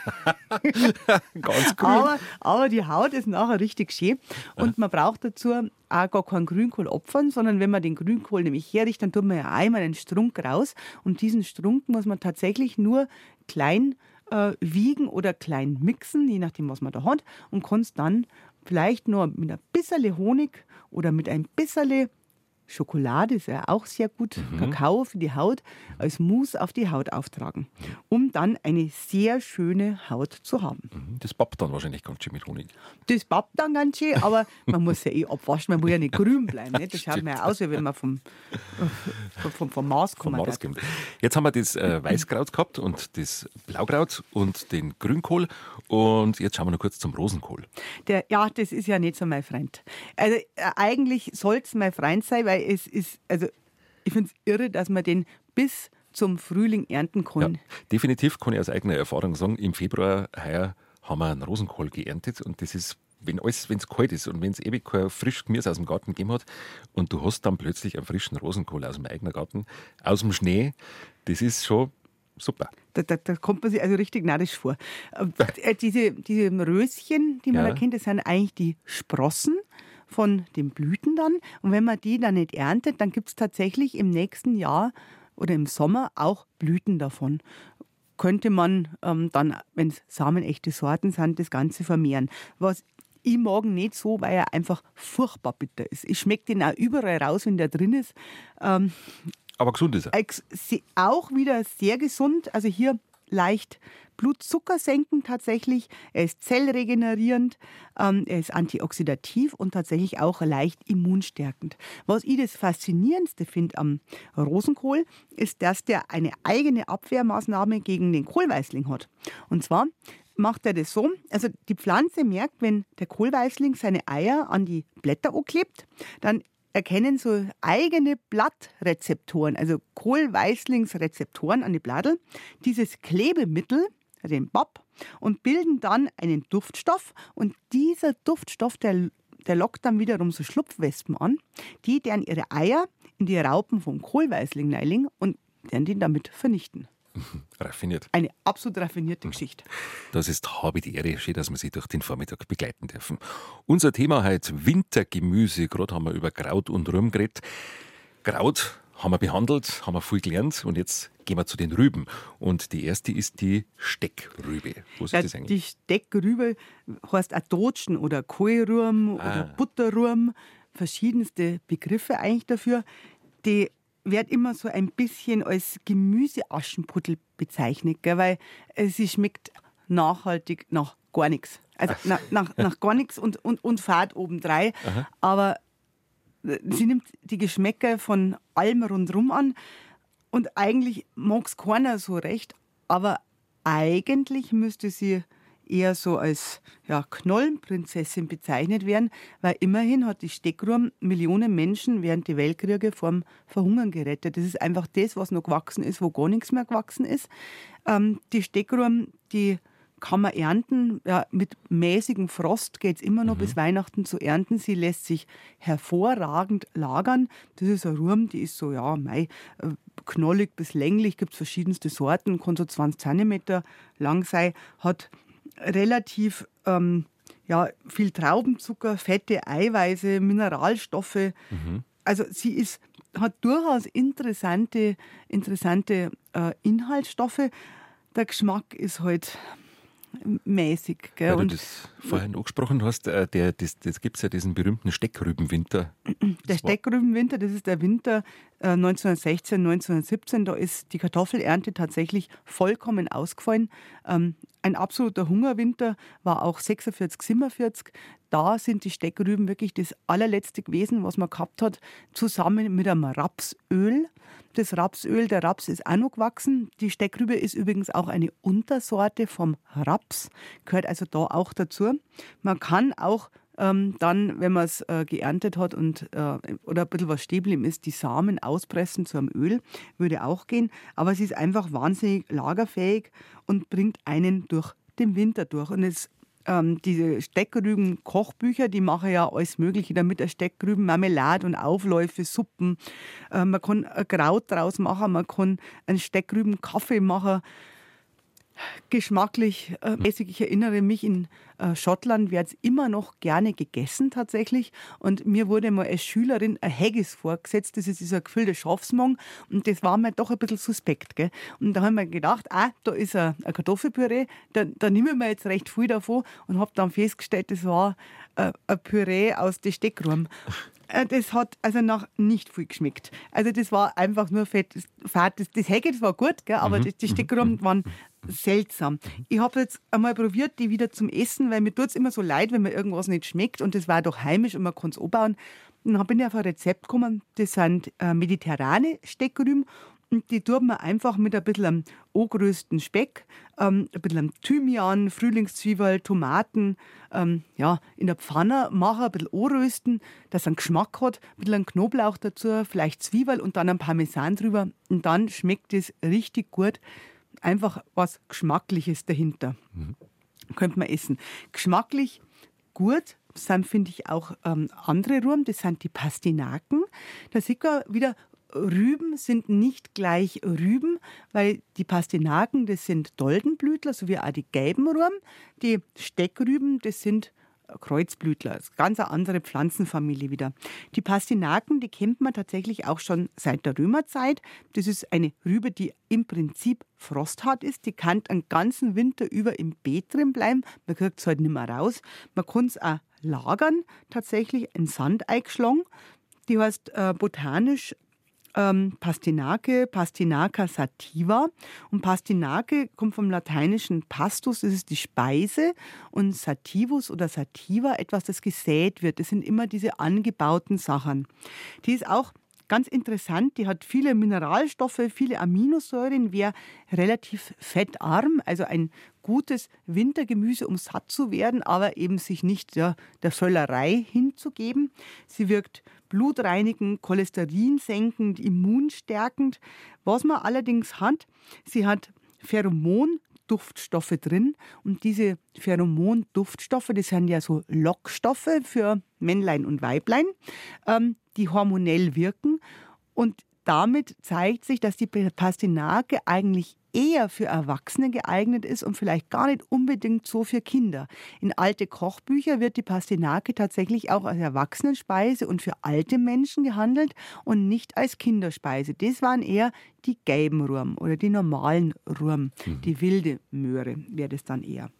Ganz grün. aber, aber die Haut ist nachher richtig schön und man braucht dazu auch gar keinen Grünkohl opfern, sondern wenn man den Grünkohl nämlich herrichtet, dann tut man ja einmal einen Strunk raus und diesen Strunk muss man tatsächlich nur klein äh, wiegen oder klein mixen, je nachdem, was man da hat, und kann es dann vielleicht nur mit ein bisschen Honig oder mit ein bisschen Schokolade, ist ja auch sehr gut, mhm. Kakao für die Haut, als Mousse auf die Haut auftragen, um dann eine sehr schöne Haut zu haben. Das pappt dann wahrscheinlich ganz schön mit Honig. Das pappt dann ganz schön, aber man muss ja eh abwaschen, man muss ja nicht grün bleiben. Nicht? Das schaut mir ja aus, wie wenn man vom, vom, vom Mars kommt. Vom Mars kommt. Jetzt haben wir das äh, Weißkraut gehabt und das Blaukraut und den Grünkohl und jetzt schauen wir noch kurz zum Rosenkohl. Der, ja, das ist ja nicht so mein Freund. Also äh, eigentlich soll es mein Freund sein, weil es ist, also ich finde es irre, dass man den bis zum Frühling ernten kann. Ja, definitiv kann ich aus eigener Erfahrung sagen, im Februar heuer haben wir einen Rosenkohl geerntet und das ist, wenn alles, wenn es kalt ist und wenn es ewig kein frisches Gemüse aus dem Garten gegeben hat und du hast dann plötzlich einen frischen Rosenkohl aus dem eigenen Garten, aus dem Schnee, das ist schon super. Da, da, da kommt man sich also richtig narrisch vor. Äh, diese, diese Röschen, die man Ja. da kennt, das sind eigentlich die Sprossen von den Blüten dann. Und wenn man die dann nicht erntet, dann gibt es tatsächlich im nächsten Jahr oder im Sommer auch Blüten davon. Könnte man ähm, dann, wenn es samenechte Sorten sind, das Ganze vermehren. Was Ich mag ihn nicht so, weil er einfach furchtbar bitter ist. Ich schmecke den auch überall raus, wenn der drin ist. Ähm, Aber gesund ist er. Auch wieder sehr gesund. Also hier leicht Blutzucker senken tatsächlich. Er ist zellregenerierend, ähm, er ist antioxidativ und tatsächlich auch leicht immunstärkend. Was ich das Faszinierendste finde am Rosenkohl, ist, dass der eine eigene Abwehrmaßnahme gegen den Kohlweißling hat. Und zwar macht er das so, also die Pflanze merkt, wenn der Kohlweißling seine Eier an die Blätter anklebt, dann erkennen so eigene Blattrezeptoren, also Kohlweißlingsrezeptoren an die Blattel, dieses Klebemittel, den B A P, und bilden dann einen Duftstoff. Und dieser Duftstoff, der, der lockt dann wiederum so Schlupfwespen an, die deren ihre Eier in die Raupen vom Kohlweißling reinlegen und werden den damit vernichten. Raffiniert. Eine absolut raffinierte Geschichte. Das ist habe die Ehre. Schön, dass wir Sie durch den Vormittag begleiten dürfen. Unser Thema heute Wintergemüse. Gerade haben wir über Kraut und Rüben geredet. Kraut haben wir behandelt, haben wir viel gelernt und jetzt gehen wir zu den Rüben. Und die erste ist die Steckrübe. Was ist ja, das eigentlich? Die Steckrübe heißt auch Dotschen oder Kohlruhm ah. oder Butterruhm. Verschiedenste Begriffe eigentlich dafür. Die wird immer so ein bisschen als Gemüseaschenputtel bezeichnet, gell? Weil sie schmeckt nachhaltig nach gar nichts. Also nach, nach, nach gar nichts und, und, und Fad obendrein. Aha. Aber sie nimmt die Geschmäcker von allem rundherum an und eigentlich mag es keiner so recht, aber eigentlich müsste sie eher so als ja, Knollenprinzessin bezeichnet werden, weil immerhin hat die Steckrübe Millionen Menschen während der Weltkriege vorm Verhungern gerettet. Das ist einfach das, was noch gewachsen ist, wo gar nichts mehr gewachsen ist. Ähm, die Steckrübe, die kann man ernten. Ja, mit mäßigem Frost geht es immer noch mhm. bis Weihnachten zu ernten. Sie lässt sich hervorragend lagern. Das ist eine Rübe, die ist so, ja, mei, knollig bis länglich, gibt es verschiedenste Sorten, kann so zwanzig Zentimeter lang sein, hat relativ ähm, ja, viel Traubenzucker, Fette, Eiweiße, Mineralstoffe. Mhm. Also sie ist, hat durchaus interessante, interessante äh, Inhaltsstoffe. Der Geschmack ist halt mäßig. Gell? Weil du das vorhin angesprochen hast, äh, der, das, das gibt es ja diesen berühmten Steckrübenwinter. Der Steckrübenwinter, das ist der Winter äh, neunzehnhundertsechzehn, neunzehnhundertsiebzehn. Da ist die Kartoffelernte tatsächlich vollkommen ausgefallen. Ähm, ein absoluter Hungerwinter war auch sechsundvierzig, siebenundvierzig. Da sind die Steckrüben wirklich das allerletzte gewesen, was man gehabt hat, zusammen mit einem Rapsöl. Das Rapsöl, der Raps ist auch noch gewachsen. Die Steckrübe ist übrigens auch eine Untersorte vom Raps, gehört also da auch dazu. Man kann auch ähm, dann, wenn man es äh, geerntet hat und äh, oder ein bisschen was stehen ist, die Samen auspressen zu einem Öl, würde auch gehen. Aber es ist einfach wahnsinnig lagerfähig und bringt einen durch den Winter durch. Und es Ähm, diese Steckrüben-Kochbücher, die machen ja alles Mögliche damit, Steckrüben, Marmelade und Aufläufe, Suppen. Äh, man kann ein Kraut draus machen, man kann einen Steckrüben-Kaffee machen. Geschmacklich äh, mäßig, ich erinnere mich, in äh, Schottland wird es immer noch gerne gegessen tatsächlich. Und mir wurde mal als Schülerin ein Haggis vorgesetzt, das ist dieser gefüllte Schafsmagen. Und das war mir doch ein bisschen suspekt. Gell? Und da haben wir gedacht, ah, da ist ein, ein Kartoffelpüree, da, da nehmen wir jetzt recht viel davon. Und habe dann festgestellt, das war äh, ein Püree aus den Steckrüben. Das hat also nach nicht viel geschmeckt. Also das war einfach nur fett. Fett. Das, das Haggis war gut, gell, aber mhm. das, die Steckrüben waren seltsam. Ich habe jetzt einmal probiert, die wieder zum Essen, weil mir tut es immer so leid, wenn mir irgendwas nicht schmeckt und das war doch heimisch und man kann es anbauen. Und dann bin ich auf ein Rezept gekommen, das sind äh, mediterrane Steckrüben und die tut man einfach mit ein bisschen angerösten Speck, ähm, ein bisschen Thymian, Frühlingszwiebel, Tomaten, ähm, ja, in der Pfanne machen, ein bisschen anrösten, dass es einen Geschmack hat, ein bisschen Knoblauch dazu, vielleicht Zwiebel und dann ein Parmesan drüber und dann schmeckt es richtig gut. Einfach was Geschmackliches dahinter. Mhm. Könnte man essen. Geschmacklich gut sind, finde ich, auch ähm, andere Rüben. Das sind die Pastinaken. Da sieht man wieder, Rüben sind nicht gleich Rüben, weil die Pastinaken, das sind Doldenblütler, so wie auch die gelben Rüben. Die Steckrüben, das sind Kreuzblütler. Das ist eine ganz andere Pflanzenfamilie wieder. Die Pastinaken, die kennt man tatsächlich auch schon seit der Römerzeit. Das ist eine Rübe, die im Prinzip frosthart ist. Die kann einen ganzen Winter über im Beet drin bleiben. Man kriegt es halt nicht mehr raus. Man kann es auch lagern, tatsächlich in Sand eingeschlagen. Die heißt äh, botanisch ähm, Pastinake, Pastinaca sativa. Und Pastinake kommt vom lateinischen pastus, das ist die Speise, und sativus oder sativa, etwas, das gesät wird. Das sind immer diese angebauten Sachen. Die ist auch ganz interessant, die hat viele Mineralstoffe, viele Aminosäuren, wäre relativ fettarm, also ein gutes Wintergemüse, um satt zu werden, aber eben sich nicht ja, der Völlerei hinzugeben. Sie wirkt blutreinigend, cholesterinsenkend, immunstärkend. Was man allerdings hat, sie hat Pheromon- Duftstoffe drin. Und diese Pheromon-Duftstoffe, das sind ja so Lockstoffe für Männlein und Weiblein, ähm, die hormonell wirken. Und damit zeigt sich, dass die Pastinake eigentlich eher für Erwachsene geeignet ist und vielleicht gar nicht unbedingt so für Kinder. In alte Kochbücher wird die Pastinake tatsächlich auch als Erwachsenenspeise und für alte Menschen gehandelt und nicht als Kinderspeise. Das waren eher die gelben Ruhm oder die normalen Ruhm, mhm. die wilde Möhre wäre das dann eher.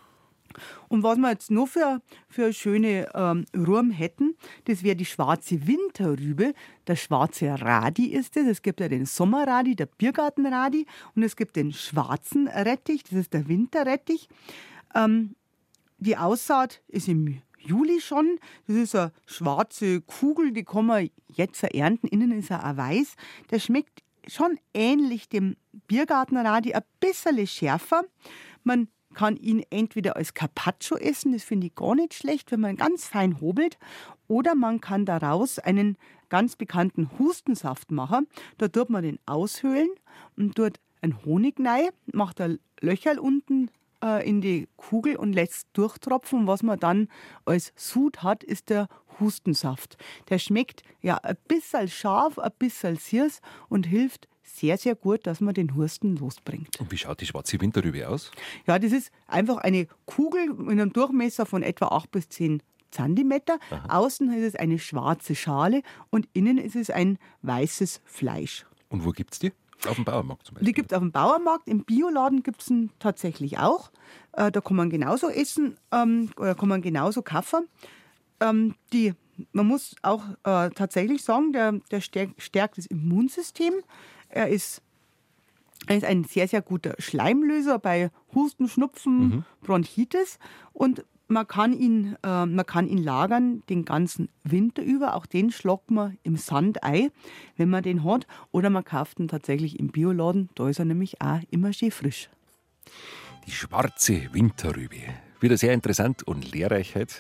Und was wir jetzt noch für, für schöne ähm, Ruhm hätten, das wäre die schwarze Winterrübe. Der schwarze Radi ist es. Es gibt ja den Sommerradi, der Biergartenradi, und es gibt den schwarzen Rettich, das ist der Winterrettich. Ähm, die Aussaat ist im Juli schon. Das ist eine schwarze Kugel, die kann man jetzt ernten. Innen ist er auch weiß. Der schmeckt schon ähnlich dem Biergartenradi, ein bisschen schärfer. Man kann ihn entweder als Carpaccio essen, das finde ich gar nicht schlecht, wenn man ganz fein hobelt, oder man kann daraus einen ganz bekannten Hustensaft machen. Da tut man den aushöhlen und tut einen Honig rein, macht ein Löcherl unten äh, in die Kugel und lässt durchtropfen. Was man dann als Sud hat, ist der Hustensaft. Der schmeckt ja ein bisschen scharf, ein bisschen süß und hilft sehr, sehr gut, dass man den Husten losbringt. Und wie schaut die schwarze Winterrübe aus? Ja, das ist einfach eine Kugel mit einem Durchmesser von etwa acht bis zehn Zentimeter. Aha. Außen ist es eine schwarze Schale und innen ist es ein weißes Fleisch. Und wo gibt es die? Auf dem Bauernmarkt zum Beispiel? Die gibt es auf dem Bauernmarkt. Im Bioladen gibt es ihn tatsächlich auch. Äh, da kann man genauso essen, ähm, oder kann man genauso kaufen. Ähm, die Man muss auch äh, tatsächlich sagen, der, der stärkt, stärkt das Immunsystem. Er ist, er ist ein sehr, sehr guter Schleimlöser bei Husten, Schnupfen, mhm. Bronchitis. Und man kann, ihn, äh, man kann ihn lagern den ganzen Winter über. Auch den schlockt man im Sand ein, wenn man den hat. Oder man kauft ihn tatsächlich im Bioladen. Da ist er nämlich auch immer schön frisch. Die schwarze Winterrübe. Wieder sehr interessant und lehrreich heute.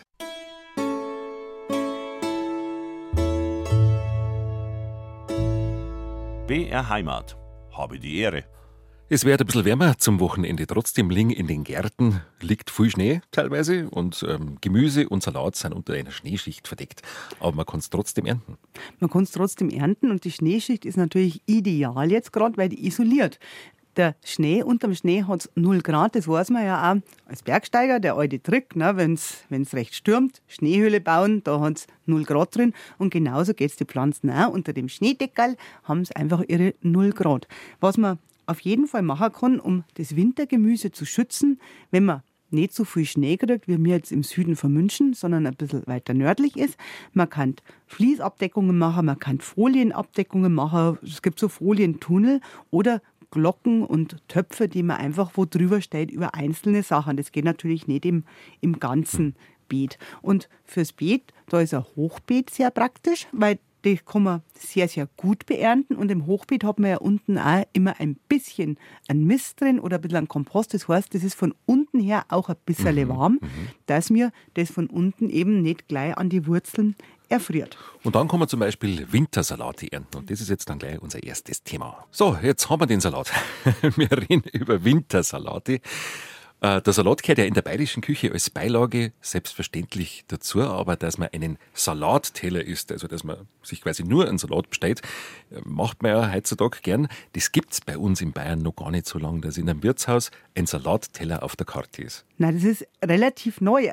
B R Heimat. Habe die Ehre. Es wird ein bisschen wärmer zum Wochenende. Trotzdem liegen in den Gärten, liegt viel Schnee teilweise und ähm, Gemüse und Salat sind unter einer Schneeschicht verdeckt. Aber man kann es trotzdem ernten. Man kann es trotzdem ernten und die Schneeschicht ist natürlich ideal jetzt gerade, weil die isoliert. Der Schnee, unterm Schnee hat es null Grad, das weiß man ja auch als Bergsteiger, der alte Trick, ne, wenn es recht stürmt, Schneehöhle bauen, da hat es null Grad drin und genauso geht es die Pflanzen auch. Unter dem Schneedeckel haben sie einfach ihre null Grad. Was man auf jeden Fall machen kann, um das Wintergemüse zu schützen, wenn man nicht so viel Schnee kriegt, wie wir jetzt im Süden von München, sondern ein bisschen weiter nördlich ist. Man kann Fließabdeckungen machen, man kann Folienabdeckungen machen, es gibt so Folientunnel oder Glocken und Töpfe, die man einfach wo drüber stellt über einzelne Sachen. Das geht natürlich nicht im, im ganzen Beet. Und fürs Beet, da ist ein Hochbeet sehr praktisch, weil die kann man sehr, sehr gut beernten. Und im Hochbeet hat man ja unten auch immer ein bisschen ein Mist drin oder ein bisschen ein Kompost. Das heißt, das ist von unten her auch ein bisschen mhm, warm, mhm. dass mir das von unten eben nicht gleich an die Wurzeln erfriert. Und dann kann man zum Beispiel Wintersalate ernten. Und das ist jetzt dann gleich unser erstes Thema. So, jetzt haben wir den Salat. Wir reden über Wintersalate. Der Salat gehört ja in der bayerischen Küche als Beilage selbstverständlich dazu, aber dass man einen Salatteller isst, also dass man sich quasi nur einen Salat bestellt, macht man ja heutzutage gern. Das gibt es bei uns in Bayern noch gar nicht so lange, dass in einem Wirtshaus ein Salatteller auf der Karte ist. Nein, das ist relativ neu. Also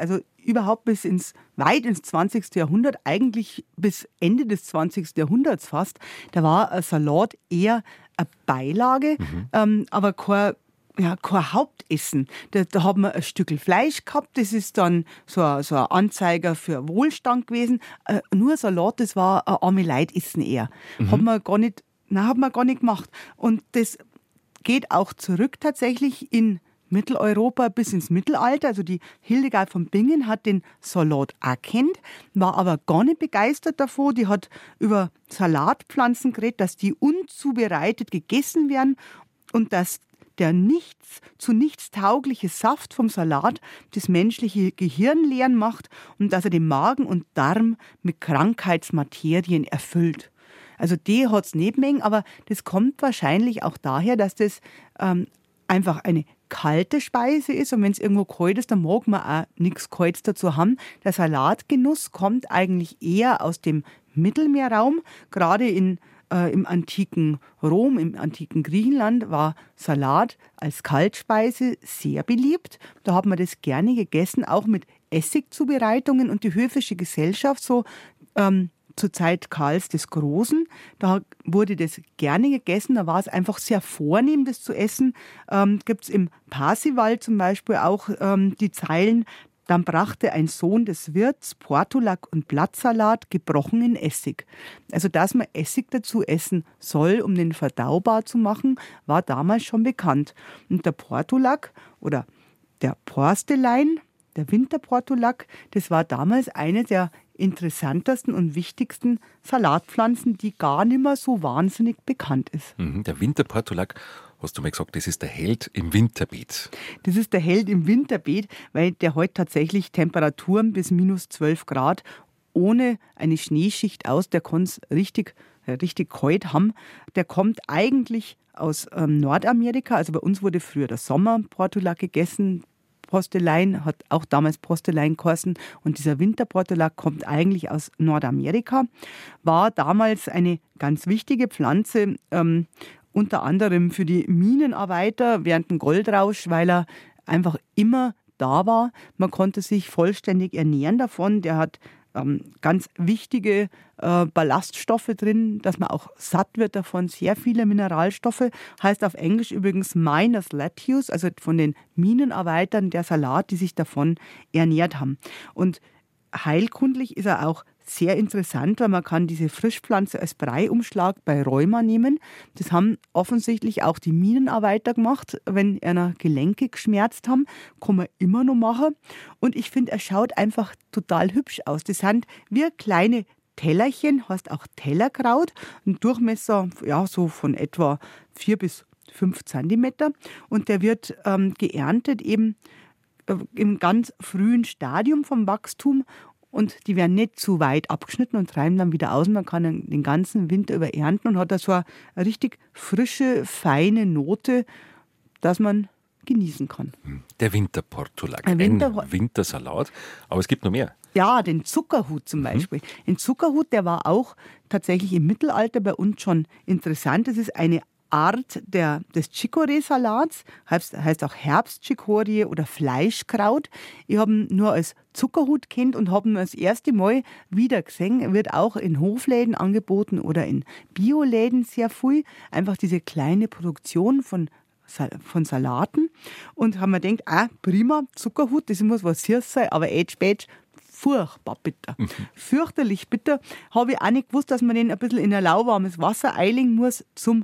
überhaupt bis ins, weit ins zwanzigste Jahrhundert, eigentlich bis Ende des zwanzigsten Jahrhunderts fast, da war ein Salat eher eine Beilage, mhm. ähm, aber kein, ja, kein Hauptessen. Da, da hat man ein Stück Fleisch gehabt, das ist dann so ein, so ein Anzeiger für Wohlstand gewesen. Äh, nur Salat, das war ein arme Leitessen eher. Mhm. Hat man gar nicht, nein, hat man gar nicht gemacht. Und das geht auch zurück tatsächlich in Mitteleuropa bis ins Mittelalter. Also die Hildegard von Bingen hat den Salat auch kennt, war aber gar nicht begeistert davon. Die hat über Salatpflanzen geredet, dass die unzubereitet gegessen werden und dass der nichts zu nichts taugliche Saft vom Salat das menschliche Gehirn leeren macht und dass er den Magen und Darm mit Krankheitsmaterien erfüllt. Also die hat es nicht mengen, aber das kommt wahrscheinlich auch daher, dass das ähm, einfach eine kalte Speise ist und wenn es irgendwo kalt ist, dann mag man auch nichts Kaltes dazu haben. Der Salatgenuss kommt eigentlich eher aus dem Mittelmeerraum. Gerade in, äh, im antiken Rom, im antiken Griechenland war Salat als Kaltspeise sehr beliebt. Da hat man das gerne gegessen, auch mit Essigzubereitungen und die höfische Gesellschaft so ähm, zur Zeit Karls des Großen, da wurde das gerne gegessen, da war es einfach sehr vornehm, das zu essen. Ähm, gibt es im Parsival zum Beispiel auch ähm, die Zeilen, dann brachte ein Sohn des Wirts Portulak und Blattsalat gebrochen in Essig. Also, dass man Essig dazu essen soll, um den verdaubar zu machen, war damals schon bekannt. Und der Portulak oder der Porstelein, der Winterportulak, das war damals eine der interessantesten und wichtigsten Salatpflanzen, die gar nicht mehr so wahnsinnig bekannt ist. Mhm, der Winterportulak, hast du mal gesagt, das ist der Held im Winterbeet. Das ist der Held im Winterbeet, weil der hält tatsächlich Temperaturen bis minus zwölf Grad ohne eine Schneeschicht aus. Der kann es richtig, richtig kalt haben. Der kommt eigentlich aus ähm, Nordamerika. Also bei uns wurde früher der Sommerportulak gegessen. Postelein hat auch damals Postelein geheißen und dieser Winterportulak kommt eigentlich aus Nordamerika, war damals eine ganz wichtige Pflanze, ähm, unter anderem für die Minenarbeiter während dem Goldrausch, weil er einfach immer da war. Man konnte sich vollständig ernähren davon. Der hat ähm, ganz wichtige äh, Ballaststoffe drin, dass man auch satt wird davon, sehr viele Mineralstoffe. Heißt auf Englisch übrigens Miners Lettuce, also von den Minenarbeitern der Salat, die sich davon ernährt haben. Und heilkundlich ist er auch sehr interessant, weil man kann diese Frischpflanze als Breiumschlag bei Rheuma nehmen. Das haben offensichtlich auch die Minenarbeiter gemacht, wenn einer Gelenke geschmerzt haben, kann man immer noch machen. Und ich finde, er schaut einfach total hübsch aus. Das sind wie kleine Tellerchen, heißt auch Tellerkraut, ein Durchmesser ja, so von etwa vier bis fünf Zentimeter. Und der wird ähm, geerntet eben äh, im ganz frühen Stadium vom Wachstum. Und die werden nicht zu weit abgeschnitten und treiben dann wieder aus. Man kann den ganzen Winter über ernten und hat da so eine richtig frische, feine Note, dass man genießen kann. Der Winterportulak, ein, Winter- ein Wintersalat. Aber es gibt noch mehr. Ja, den Zuckerhut zum Beispiel. Mhm. Den Zuckerhut, der war auch tatsächlich im Mittelalter bei uns schon interessant. Das ist eine Art der, des Chicorée-Salats, heißt, heißt auch Herbstchicorie oder Fleischkraut. Ich habe ihn nur als Zuckerhut kennt und habe ihn das erste Mal wieder gesehen. Er wird auch in Hofläden angeboten oder in Bioläden sehr viel. Einfach diese kleine Produktion von, von Salaten. Und haben mir gedacht, ah, prima, Zuckerhut, das muss was süß sein, aber echt spät. Furchtbar bitter. Mhm. Fürchterlich bitter. Habe ich auch nicht gewusst, dass man den ein bisschen in ein lauwarmes Wasser eilegen muss zum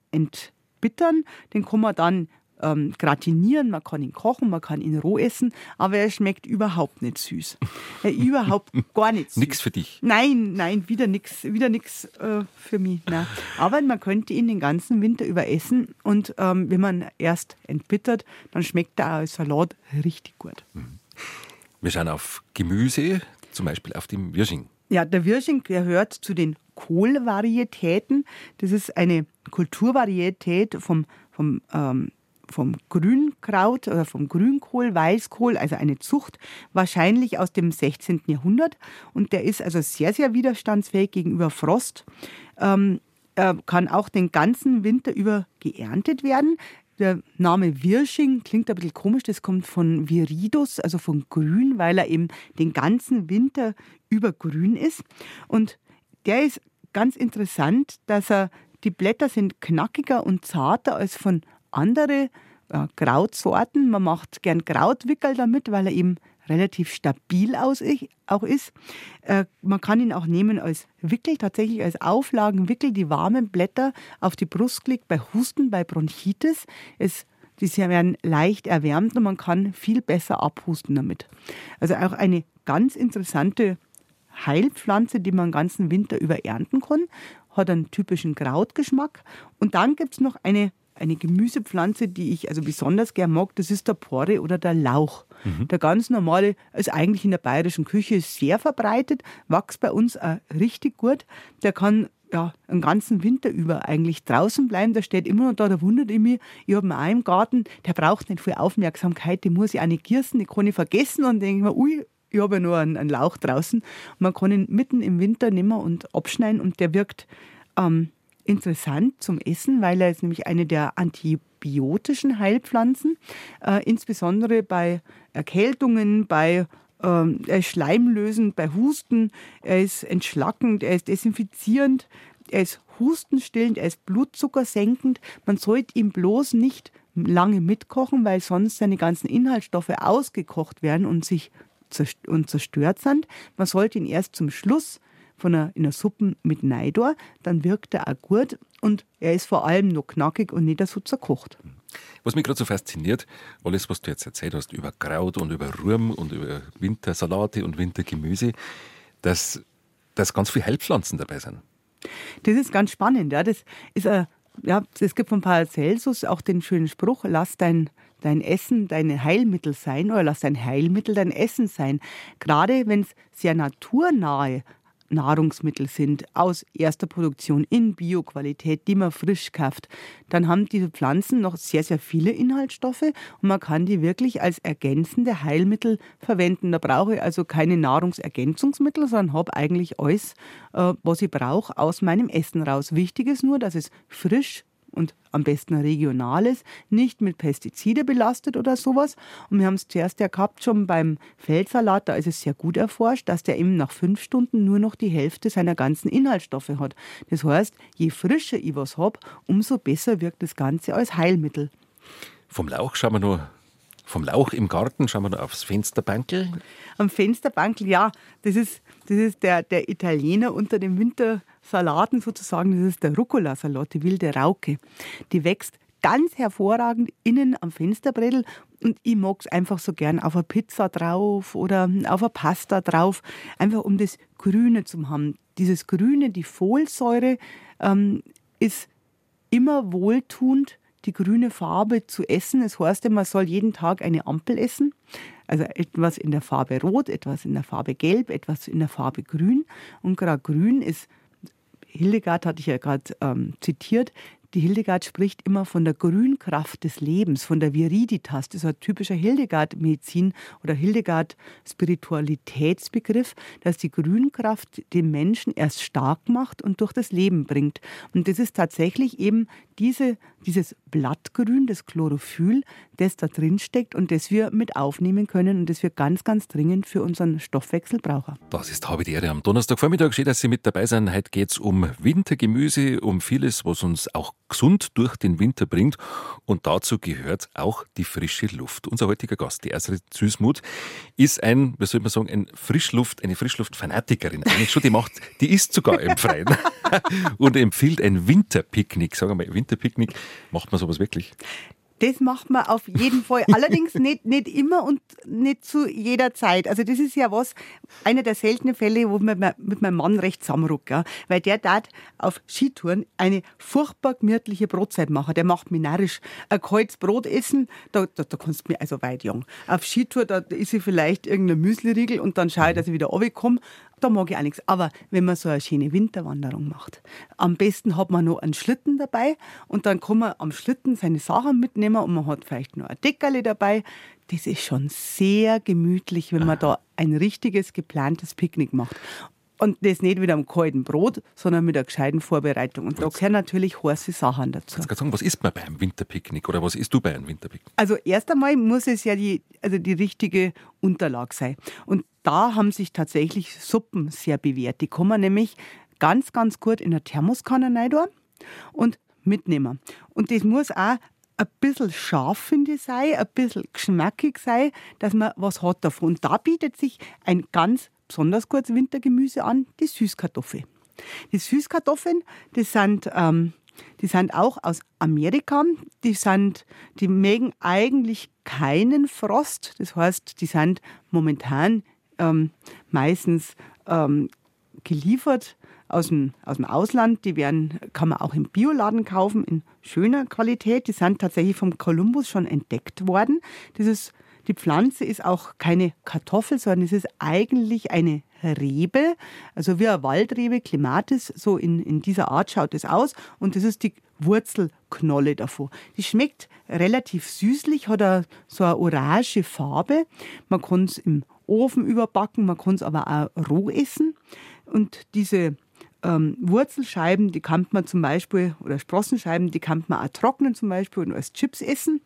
entbittern. Den kann man dann ähm, gratinieren, man kann ihn kochen, man kann ihn roh essen, aber er schmeckt überhaupt nicht süß. Äh, überhaupt gar nicht süß. Nix für dich? Nein, nein, wieder nichts wieder nix, äh, für mich. Nein. Aber man könnte ihn den ganzen Winter über essen und ähm, wenn man erst entbittert, dann schmeckt er als Salat richtig gut. Wir schauen auf Gemüse, zum Beispiel auf den Wirsching. Ja, der Wirsching gehört zu den Kohlvarietäten. Das ist eine Kulturvarietät vom, vom, ähm, vom Grünkraut oder vom Grünkohl, Weißkohl, also eine Zucht, wahrscheinlich aus dem sechzehnten Jahrhundert. Und der ist also sehr, sehr widerstandsfähig gegenüber Frost. Ähm, er kann auch den ganzen Winter über geerntet werden. Der Name Wirsching klingt ein bisschen komisch, das kommt von Viridus, also von grün, weil er eben den ganzen Winter über grün ist. Und der ist ganz interessant, dass er, die Blätter sind knackiger und zarter als von anderen äh, Krautsorten. Man macht gern Krautwickel damit, weil er eben relativ stabil aus, auch ist. Äh, man kann ihn auch nehmen als Wickel, tatsächlich als Auflagenwickel, die warmen Blätter auf die Brust gelegt, bei Husten, bei Bronchitis. Es, die werden leicht erwärmt und man kann viel besser abhusten damit. Also auch eine ganz interessante Heilpflanze, die man den ganzen Winter über ernten kann, hat einen typischen Krautgeschmack. Und dann gibt es noch eine Eine Gemüsepflanze, die ich also besonders gern mag, das ist der Porree oder der Lauch. Mhm. Der ganz normale, ist eigentlich in der bayerischen Küche sehr verbreitet, wächst bei uns auch richtig gut. Der kann ja den ganzen Winter über eigentlich draußen bleiben, der steht immer noch da, der wundert ich mich. Ich habe ihn auch im Garten, der braucht nicht viel Aufmerksamkeit, den muss ich auch nicht gießen, den kann ich vergessen und denke mir, ui, ich habe ja nur einen, einen Lauch draußen. Und man kann ihn mitten im Winter nehmen und abschneiden und der wirkt ähm, interessant zum Essen, weil er ist nämlich eine der antibiotischen Heilpflanzen, äh, insbesondere bei Erkältungen, bei ähm, er ist schleimlösend, bei Husten, er ist entschlackend, er ist desinfizierend, er ist hustenstillend, er ist blutzuckersenkend. Man sollte ihn bloß nicht lange mitkochen, weil sonst seine ganzen Inhaltsstoffe ausgekocht werden und sich zerst- und zerstört sind. Man sollte ihn erst zum Schluss von einer, in einer Suppe mit Neidor, dann wirkt er auch gut und er ist vor allem noch knackig und nicht so zerkocht. Was mich gerade so fasziniert, alles, was du jetzt erzählt hast über Kraut und über Ruhm und über Wintersalate und Wintergemüse, dass, dass ganz viele Heilpflanzen dabei sind. Das ist ganz spannend. Ja. Das ist ein, ja, es gibt von Paracelsus auch den schönen Spruch, lass dein dein Essen deine Heilmittel sein oder lass dein Heilmittel dein Essen sein. Gerade wenn es sehr naturnahe Nahrungsmittel sind, aus erster Produktion in Bioqualität, die man frisch kauft, dann haben diese Pflanzen noch sehr, sehr viele Inhaltsstoffe und man kann die wirklich als ergänzende Heilmittel verwenden. Da brauche ich also keine Nahrungsergänzungsmittel, sondern habe eigentlich alles, äh, was ich brauche, aus meinem Essen raus. Wichtig ist nur, dass es frisch und am besten regionales, nicht mit Pestizide belastet oder sowas. Und wir haben es zuerst ja gehabt, schon beim Feldsalat, da ist es sehr gut erforscht, dass der eben nach fünf Stunden nur noch die Hälfte seiner ganzen Inhaltsstoffe hat. Das heißt, je frischer ich was habe, umso besser wirkt das Ganze als Heilmittel. Vom Lauch schauen wir noch, vom Lauch im Garten schauen wir noch aufs Fensterbankel. Am Fensterbankel, ja, das ist, das ist der, der Italiener unter den Wintersalaten sozusagen, das ist der Rucola-Salat, die wilde Rauke. Die wächst ganz hervorragend innen am Fensterbrettel und ich mag es einfach so gern auf eine Pizza drauf oder auf eine Pasta drauf, einfach um das Grüne zu haben. Dieses Grüne, die Folsäure, ähm, ist immer wohltuend, die grüne Farbe zu essen. Es heißt ja, man soll jeden Tag eine Ampel essen. Also etwas in der Farbe Rot, etwas in der Farbe Gelb, etwas in der Farbe Grün. Und gerade Grün ist, Hildegard hatte ich ja gerade ähm, zitiert, die Hildegard spricht immer von der Grünkraft des Lebens, von der Viriditas. Das ist ein typischer Hildegard-Medizin oder Hildegard-Spiritualitätsbegriff, dass die Grünkraft den Menschen erst stark macht und durch das Leben bringt. Und das ist tatsächlich eben diese, dieses Blattgrün, das Chlorophyll, das da drin steckt und das wir mit aufnehmen können und das wir ganz, ganz dringend für unseren Stoffwechsel brauchen. Das ist Habe die Ehre am Donnerstagvormittag. Schön, dass Sie mit dabei sind. Heute geht es um Wintergemüse, um vieles, was uns auch gesund durch den Winter bringt. Und dazu gehört auch die frische Luft. Unser heutiger Gast, die Astrid Süssmuth, ist ein, wie soll man sagen, ein Frischluft, eine Frischluftfanatikerin. Eigentlich schon, die macht, die isst sogar im Freien und empfiehlt ein Winterpicknick. Sagen wir mal, Winterpicknick, macht man sowas wirklich? Das macht man auf jeden Fall. Allerdings nicht, nicht immer und nicht zu jeder Zeit. Also das ist ja was, einer der seltenen Fälle, wo ich mit, mit meinem Mann recht zusammenrucke. Ja. Weil der dort auf Skitouren eine furchtbar gemütliche Brotzeit machen. Der macht mich narrisch. Ein kaltes Brot essen, da, da, da kannst du mir also weit jagen. Auf Skitour, da ist ich vielleicht irgendein Müsliriegel und dann schaue ich, dass ich wieder runterkomme. Da mag ich auch nichts. Aber wenn man so eine schöne Winterwanderung macht, am besten hat man noch einen Schlitten dabei und dann kann man am Schlitten seine Sachen mitnehmen und man hat vielleicht noch ein Deckerli dabei. Das ist schon sehr gemütlich, wenn man da ein richtiges, geplantes Picknick macht. Und das nicht mit einem kalten Brot, sondern mit einer gescheiten Vorbereitung. Und da gehören natürlich heiße Sachen dazu. Kannst du sagen, was isst man bei einem Winterpicknick oder was isst du bei einem Winterpicknick? Also erst einmal muss es ja die, also die richtige Unterlage sein. Und da haben sich tatsächlich Suppen sehr bewährt. Die kann man nämlich ganz, ganz gut in eine Thermoskanne rein tun und mitnehmen. Und das muss auch ein bisschen scharf, finde ich, sein, ein bisschen geschmackig sein, dass man was hat davon. Und da bietet sich ein ganz besonders gutes Wintergemüse an, die Süßkartoffel. Die Süßkartoffeln, das sind, ähm, die sind auch aus Amerika. Die, sind, die mögen eigentlich keinen Frost. Das heißt, die sind momentan ähm, meistens ähm, geliefert aus dem, aus dem Ausland. Die werden, kann man auch im Bioladen kaufen, in schöner Qualität. Die sind tatsächlich vom Kolumbus schon entdeckt worden. Das ist Die Pflanze ist auch keine Kartoffel, sondern es ist eigentlich eine Rebe, also wie eine Waldrebe, Clematis, so in, in dieser Art schaut es aus. Und das ist die Wurzelknolle davon. Die schmeckt relativ süßlich, hat eine, so eine orange Farbe. Man kann es im Ofen überbacken, man kann es aber auch roh essen. Und diese ähm, Wurzelscheiben, die kann man zum Beispiel, oder Sprossenscheiben, die kann man auch trocknen zum Beispiel und als Chips essen.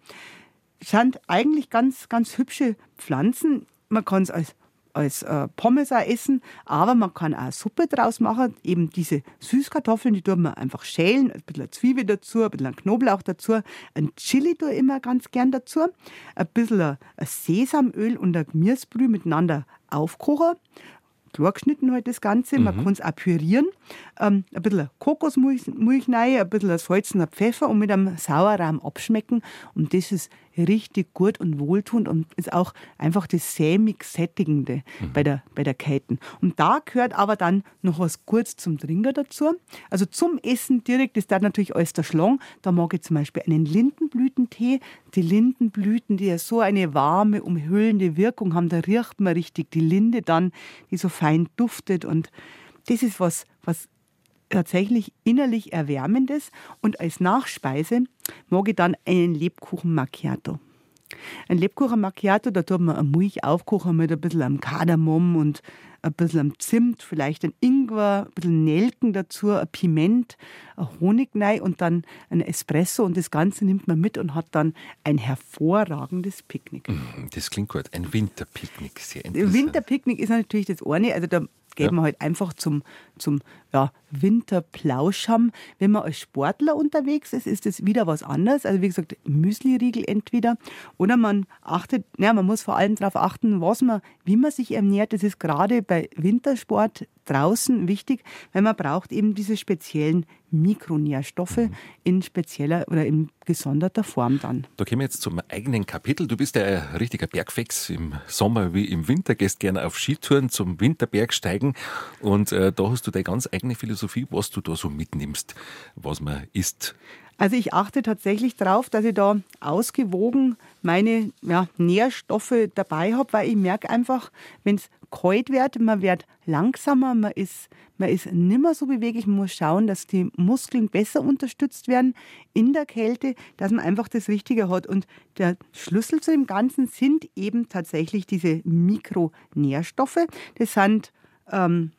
Sind eigentlich ganz, ganz hübsche Pflanzen. Man kann es als, als äh, Pommes auch essen, aber man kann auch Suppe draus machen. Eben diese Süßkartoffeln, die tut man einfach schälen, ein bisschen Zwiebel dazu, ein bisschen Knoblauch dazu. Ein Chili tue ich immer ganz gern dazu. Ein bisschen ein Sesamöl und ein Gemüsebrühe miteinander aufkochen. Klar geschnitten halt das Ganze, man mhm. kann es auch pürieren, ähm, ein bisschen Kokosmilch Milch rein, ein bisschen Salz und Pfeffer und mit einem Sauerrahm abschmecken und das ist richtig gut und wohltuend und ist auch einfach das sämig Sättigende mhm. bei der, bei der Kälte. Und da gehört aber dann noch was Gutes zum Trinken dazu. Also zum Essen direkt ist da natürlich alles der Schlang. Da mag ich zum Beispiel einen Lindenblütentee. Die Lindenblüten, die ja so eine warme, umhüllende Wirkung haben, da riecht man richtig die Linde dann, die so fein duftet und das ist was, was tatsächlich innerlich Erwärmendes. Und als Nachspeise mag ich dann einen Lebkuchen Macchiato. Ein Lebkuchen Macchiato, da tut man eine Milch aufkochen mit ein bisschen am Kardamom und ein bisschen am Zimt, vielleicht ein Ingwer, ein bisschen Nelken dazu, ein Piment, ein Honig rein und dann ein Espresso. Und das Ganze nimmt man mit und hat dann ein hervorragendes Picknick. Das klingt gut. Ein Winterpicknick, sehr interessant. Winterpicknick ist natürlich das eine, also da geht ja. man halt einfach zum, zum ja, Winterplauschern. Wenn man als Sportler unterwegs ist, ist das wieder was anderes. Also wie gesagt, Müsliriegel entweder. Oder man achtet, ja, man muss vor allem darauf achten, was man, wie man sich ernährt. Das ist gerade bei Wintersport draußen wichtig, weil man braucht eben diese speziellen Mikronährstoffe mhm. in spezieller oder in gesonderter Form dann. Da kommen wir jetzt zum eigenen Kapitel. Du bist ja ein richtiger Bergfex im Sommer wie im Winter, gehst gerne auf Skitouren zum Winterbergsteigen und äh, da hast du deine ganz eigene Philosophie, was du da so mitnimmst, was man isst. Also ich achte tatsächlich darauf, dass ich da ausgewogen meine ja, Nährstoffe dabei habe, weil ich merke einfach, wenn es kalt wird, man wird langsamer, man ist, man ist nicht mehr so beweglich, man muss schauen, dass die Muskeln besser unterstützt werden in der Kälte, dass man einfach das Richtige hat. Und der Schlüssel zu dem Ganzen sind eben tatsächlich diese Mikronährstoffe. Das sind ähm,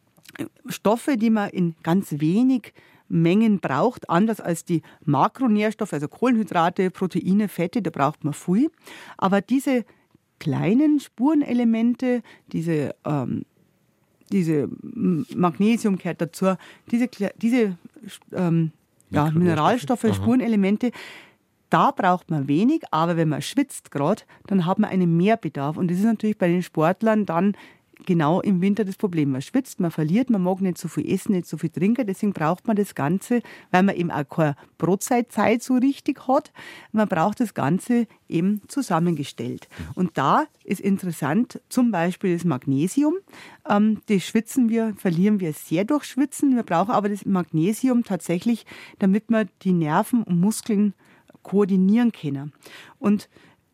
Stoffe, die man in ganz wenig Mengen braucht, anders als die Makronährstoffe, also Kohlenhydrate, Proteine, Fette, da braucht man viel. Aber diese kleinen Spurenelemente, diese, ähm, diese Magnesium gehört dazu, diese, diese ähm, ja, Mineralstoffe, Aha. Spurenelemente, da braucht man wenig, aber wenn man schwitzt gerade, dann hat man einen Mehrbedarf. Und das ist natürlich bei den Sportlern dann genau im Winter das Problem. Man schwitzt, man verliert, man mag nicht so viel essen, nicht so viel trinken. Deswegen braucht man das Ganze, weil man eben auch keine Brotzeitzeit so richtig hat. Man braucht das Ganze eben zusammengestellt. Und da ist interessant zum Beispiel das Magnesium. Ähm, das schwitzen wir, verlieren wir sehr durch Schwitzen. Wir brauchen aber das Magnesium tatsächlich, damit wir die Nerven und Muskeln koordinieren können. Und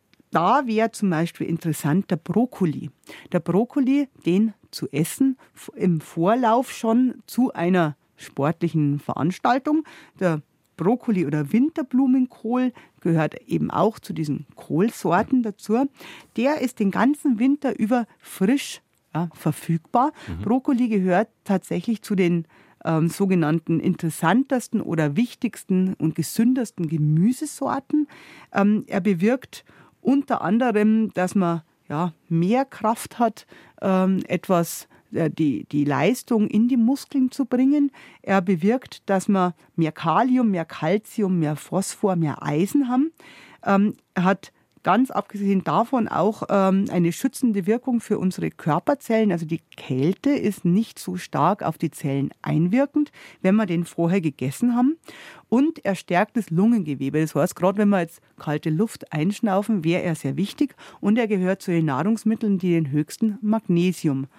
da wäre zum Beispiel interessant der Brokkoli. Der Brokkoli, den zu essen im Vorlauf schon zu einer sportlichen Veranstaltung. Der Brokkoli oder Winterblumenkohl gehört eben auch zu diesen Kohlsorten dazu. Der ist den ganzen Winter über frisch ja, verfügbar. Mhm. Brokkoli gehört tatsächlich zu den ähm, sogenannten interessantesten oder wichtigsten und gesündesten Gemüsesorten. Ähm, er bewirkt unter anderem, dass man ja, mehr Kraft hat, ähm, etwas äh, die, die Leistung in die Muskeln zu bringen. Er bewirkt, dass wir mehr Kalium, mehr Calcium, mehr Phosphor, mehr Eisen haben. Ähm, er hat ganz abgesehen davon auch ähm, eine schützende Wirkung für unsere Körperzellen. Also die Kälte ist nicht so stark auf die Zellen einwirkend, wenn wir den vorher gegessen haben. Und er stärkt das Lungengewebe. Das heißt, gerade wenn wir jetzt kalte Luft einschnaufen, wäre er sehr wichtig. Und er gehört zu den Nahrungsmitteln, die den höchsten Magnesiumgehalt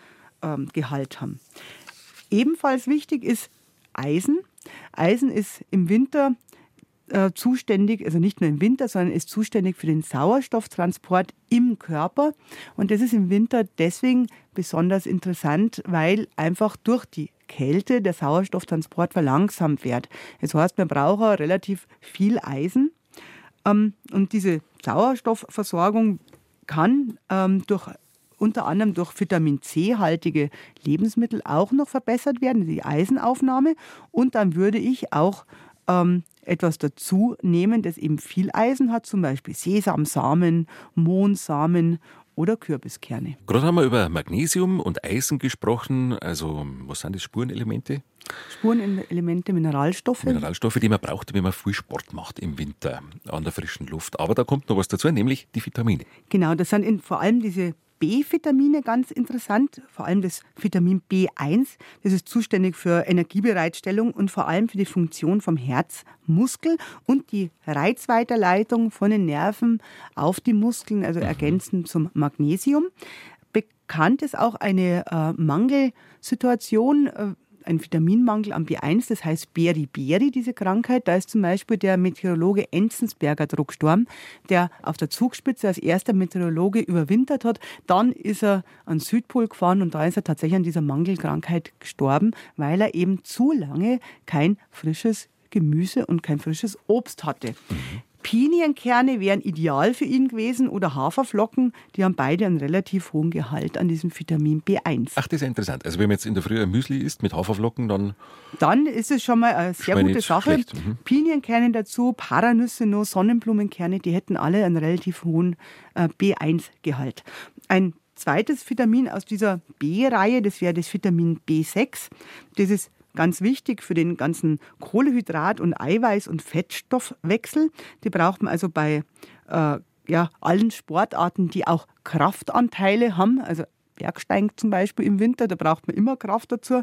ähm, haben. Ebenfalls wichtig ist Eisen. Eisen ist im Winter zuständig, also nicht nur im Winter, sondern ist zuständig für den Sauerstofftransport im Körper. Und das ist im Winter deswegen besonders interessant, weil einfach durch die Kälte der Sauerstofftransport verlangsamt wird. Das heißt, man braucht auch relativ viel Eisen. Und diese Sauerstoffversorgung kann durch unter anderem durch Vitamin C-haltige Lebensmittel auch noch verbessert werden, die Eisenaufnahme. Und dann würde ich auch ähm, etwas dazu nehmen, das eben viel Eisen hat, zum Beispiel Sesamsamen, Mohnsamen oder Kürbiskerne. Gerade haben wir über Magnesium und Eisen gesprochen. Also was sind das, Spurenelemente? Spurenelemente, Mineralstoffe. Mineralstoffe, die man braucht, wenn man viel Sport macht im Winter an der frischen Luft. Aber da kommt noch was dazu, nämlich die Vitamine. Genau, das sind in, vor allem diese B-Vitamine ganz interessant, vor allem das Vitamin B eins, das ist zuständig für Energiebereitstellung und vor allem für die Funktion vom Herzmuskel und die Reizweiterleitung von den Nerven auf die Muskeln, also ergänzend zum Magnesium. Bekannt ist auch eine äh, Mangelsituation, äh, ein Vitaminmangel am B eins, das heißt Beriberi, diese Krankheit. Da ist zum Beispiel der Meteorologe Enzensberger dran gestorben, der auf der Zugspitze als erster Meteorologe überwintert hat. Dann ist er an den Südpol gefahren und da ist er tatsächlich an dieser Mangelkrankheit gestorben, weil er eben zu lange kein frisches Gemüse und kein frisches Obst hatte. Mhm. Pinienkerne wären ideal für ihn gewesen oder Haferflocken, die haben beide einen relativ hohen Gehalt an diesem Vitamin B eins. Ach, das ist ja interessant. Also wenn man jetzt in der Früh ein Müsli isst mit Haferflocken, dann... Dann ist es schon mal eine sehr gute Sache. Mhm. Pinienkerne dazu, Paranüsse noch, Sonnenblumenkerne, die hätten alle einen relativ hohen äh, B eins Gehalt. Ein zweites Vitamin aus dieser B-Reihe, das wäre das Vitamin B sechs. Das ist ganz wichtig für den ganzen Kohlehydrat- und Eiweiß- und Fettstoffwechsel. Die braucht man also bei äh, ja, allen Sportarten, die auch Kraftanteile haben. Also Bergsteigen zum Beispiel im Winter, da braucht man immer Kraft dazu.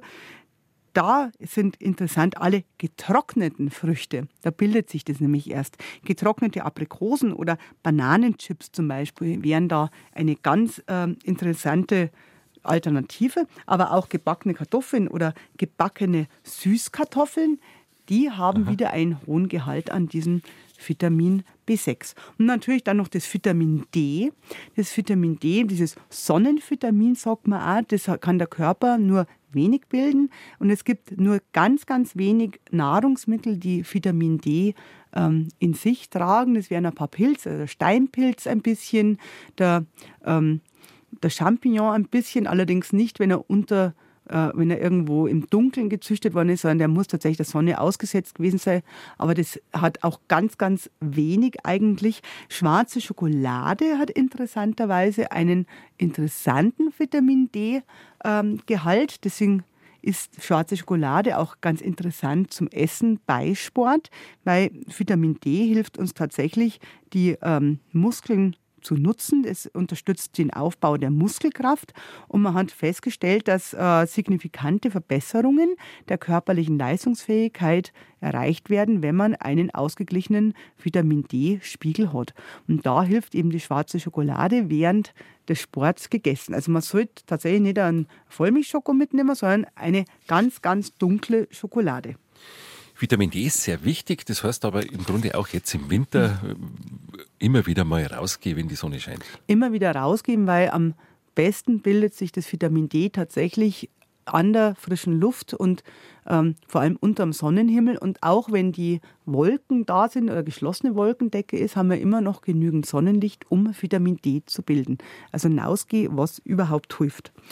Da sind interessant alle getrockneten Früchte. Da bildet sich das nämlich erst. Getrocknete Aprikosen oder Bananenchips zum Beispiel wären da eine ganz äh, interessante Alternative, aber auch gebackene Kartoffeln oder gebackene Süßkartoffeln, die haben Aha. wieder einen hohen Gehalt an diesem Vitamin B sechs. Und natürlich dann noch das Vitamin D. Das Vitamin D, dieses Sonnenvitamin, sagt man auch, das kann der Körper nur wenig bilden. Und es gibt nur ganz, ganz wenig Nahrungsmittel, die Vitamin D ähm, in sich tragen. Das wären ein paar Pilze, also der Steinpilz ein bisschen, der ähm, Der Champignon ein bisschen, allerdings nicht, wenn er unter, äh, wenn er irgendwo im Dunkeln gezüchtet worden ist, sondern der muss tatsächlich der Sonne ausgesetzt gewesen sein. Aber das hat auch ganz, ganz wenig eigentlich. Schwarze Schokolade hat interessanterweise einen interessanten Vitamin D-Gehalt. Ähm, Deswegen ist schwarze Schokolade auch ganz interessant zum Essen bei Sport, weil Vitamin D hilft uns tatsächlich, die ähm, Muskeln zu nutzen. Es unterstützt den Aufbau der Muskelkraft und man hat festgestellt, dass äh, signifikante Verbesserungen der körperlichen Leistungsfähigkeit erreicht werden, wenn man einen ausgeglichenen Vitamin-D-Spiegel hat. Und da hilft eben die schwarze Schokolade während des Sports gegessen. Also man sollte tatsächlich nicht einen Vollmilchschoko mitnehmen, sondern eine ganz, ganz dunkle Schokolade. Vitamin D ist sehr wichtig, das heißt aber im Grunde auch jetzt im Winter immer wieder mal rausgehen, wenn die Sonne scheint. Immer wieder rausgehen, weil am besten bildet sich das Vitamin D tatsächlich an der frischen Luft und ähm, vor allem unterm Sonnenhimmel. Und auch wenn die Wolken da sind oder geschlossene Wolkendecke ist, haben wir immer noch genügend Sonnenlicht, um Vitamin D zu bilden. Also rausgehen, was überhaupt hilft.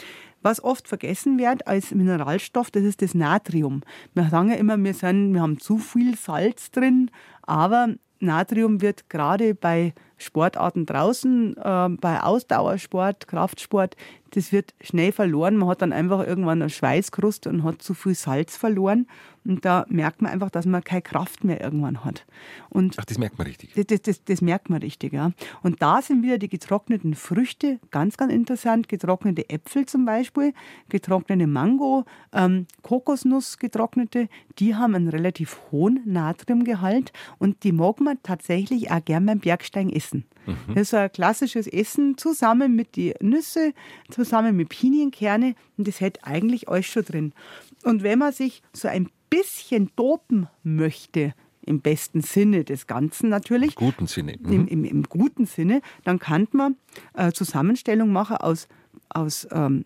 Was oft vergessen wird als Mineralstoff, das ist das Natrium. Wir sagen ja immer, wir, sind, wir haben zu viel Salz drin, aber Natrium wird gerade bei Sportarten draußen, äh, bei Ausdauersport, Kraftsport, das wird schnell verloren. Man hat dann einfach irgendwann eine Schweißkruste und hat zu viel Salz verloren. Und da merkt man einfach, dass man keine Kraft mehr irgendwann hat. Und Ach, das merkt man richtig. Das, das, das, das merkt man richtig, ja. Und da sind wieder die getrockneten Früchte ganz, ganz interessant. Getrocknete Äpfel zum Beispiel, getrocknete Mango, ähm, Kokosnuss getrocknete, die haben einen relativ hohen Natriumgehalt und die mag man tatsächlich auch gern beim Bergsteigen essen. Mhm. Das ist so ein klassisches Essen zusammen mit den Nüsse, zusammen mit Pinienkerne und das hält eigentlich alles schon drin. Und wenn man sich so ein bisschen dopen möchte, im besten Sinne des Ganzen natürlich. Im guten Sinne. Mhm. Im, im, Im guten Sinne, dann kann man äh, Zusammenstellung machen aus, aus ähm,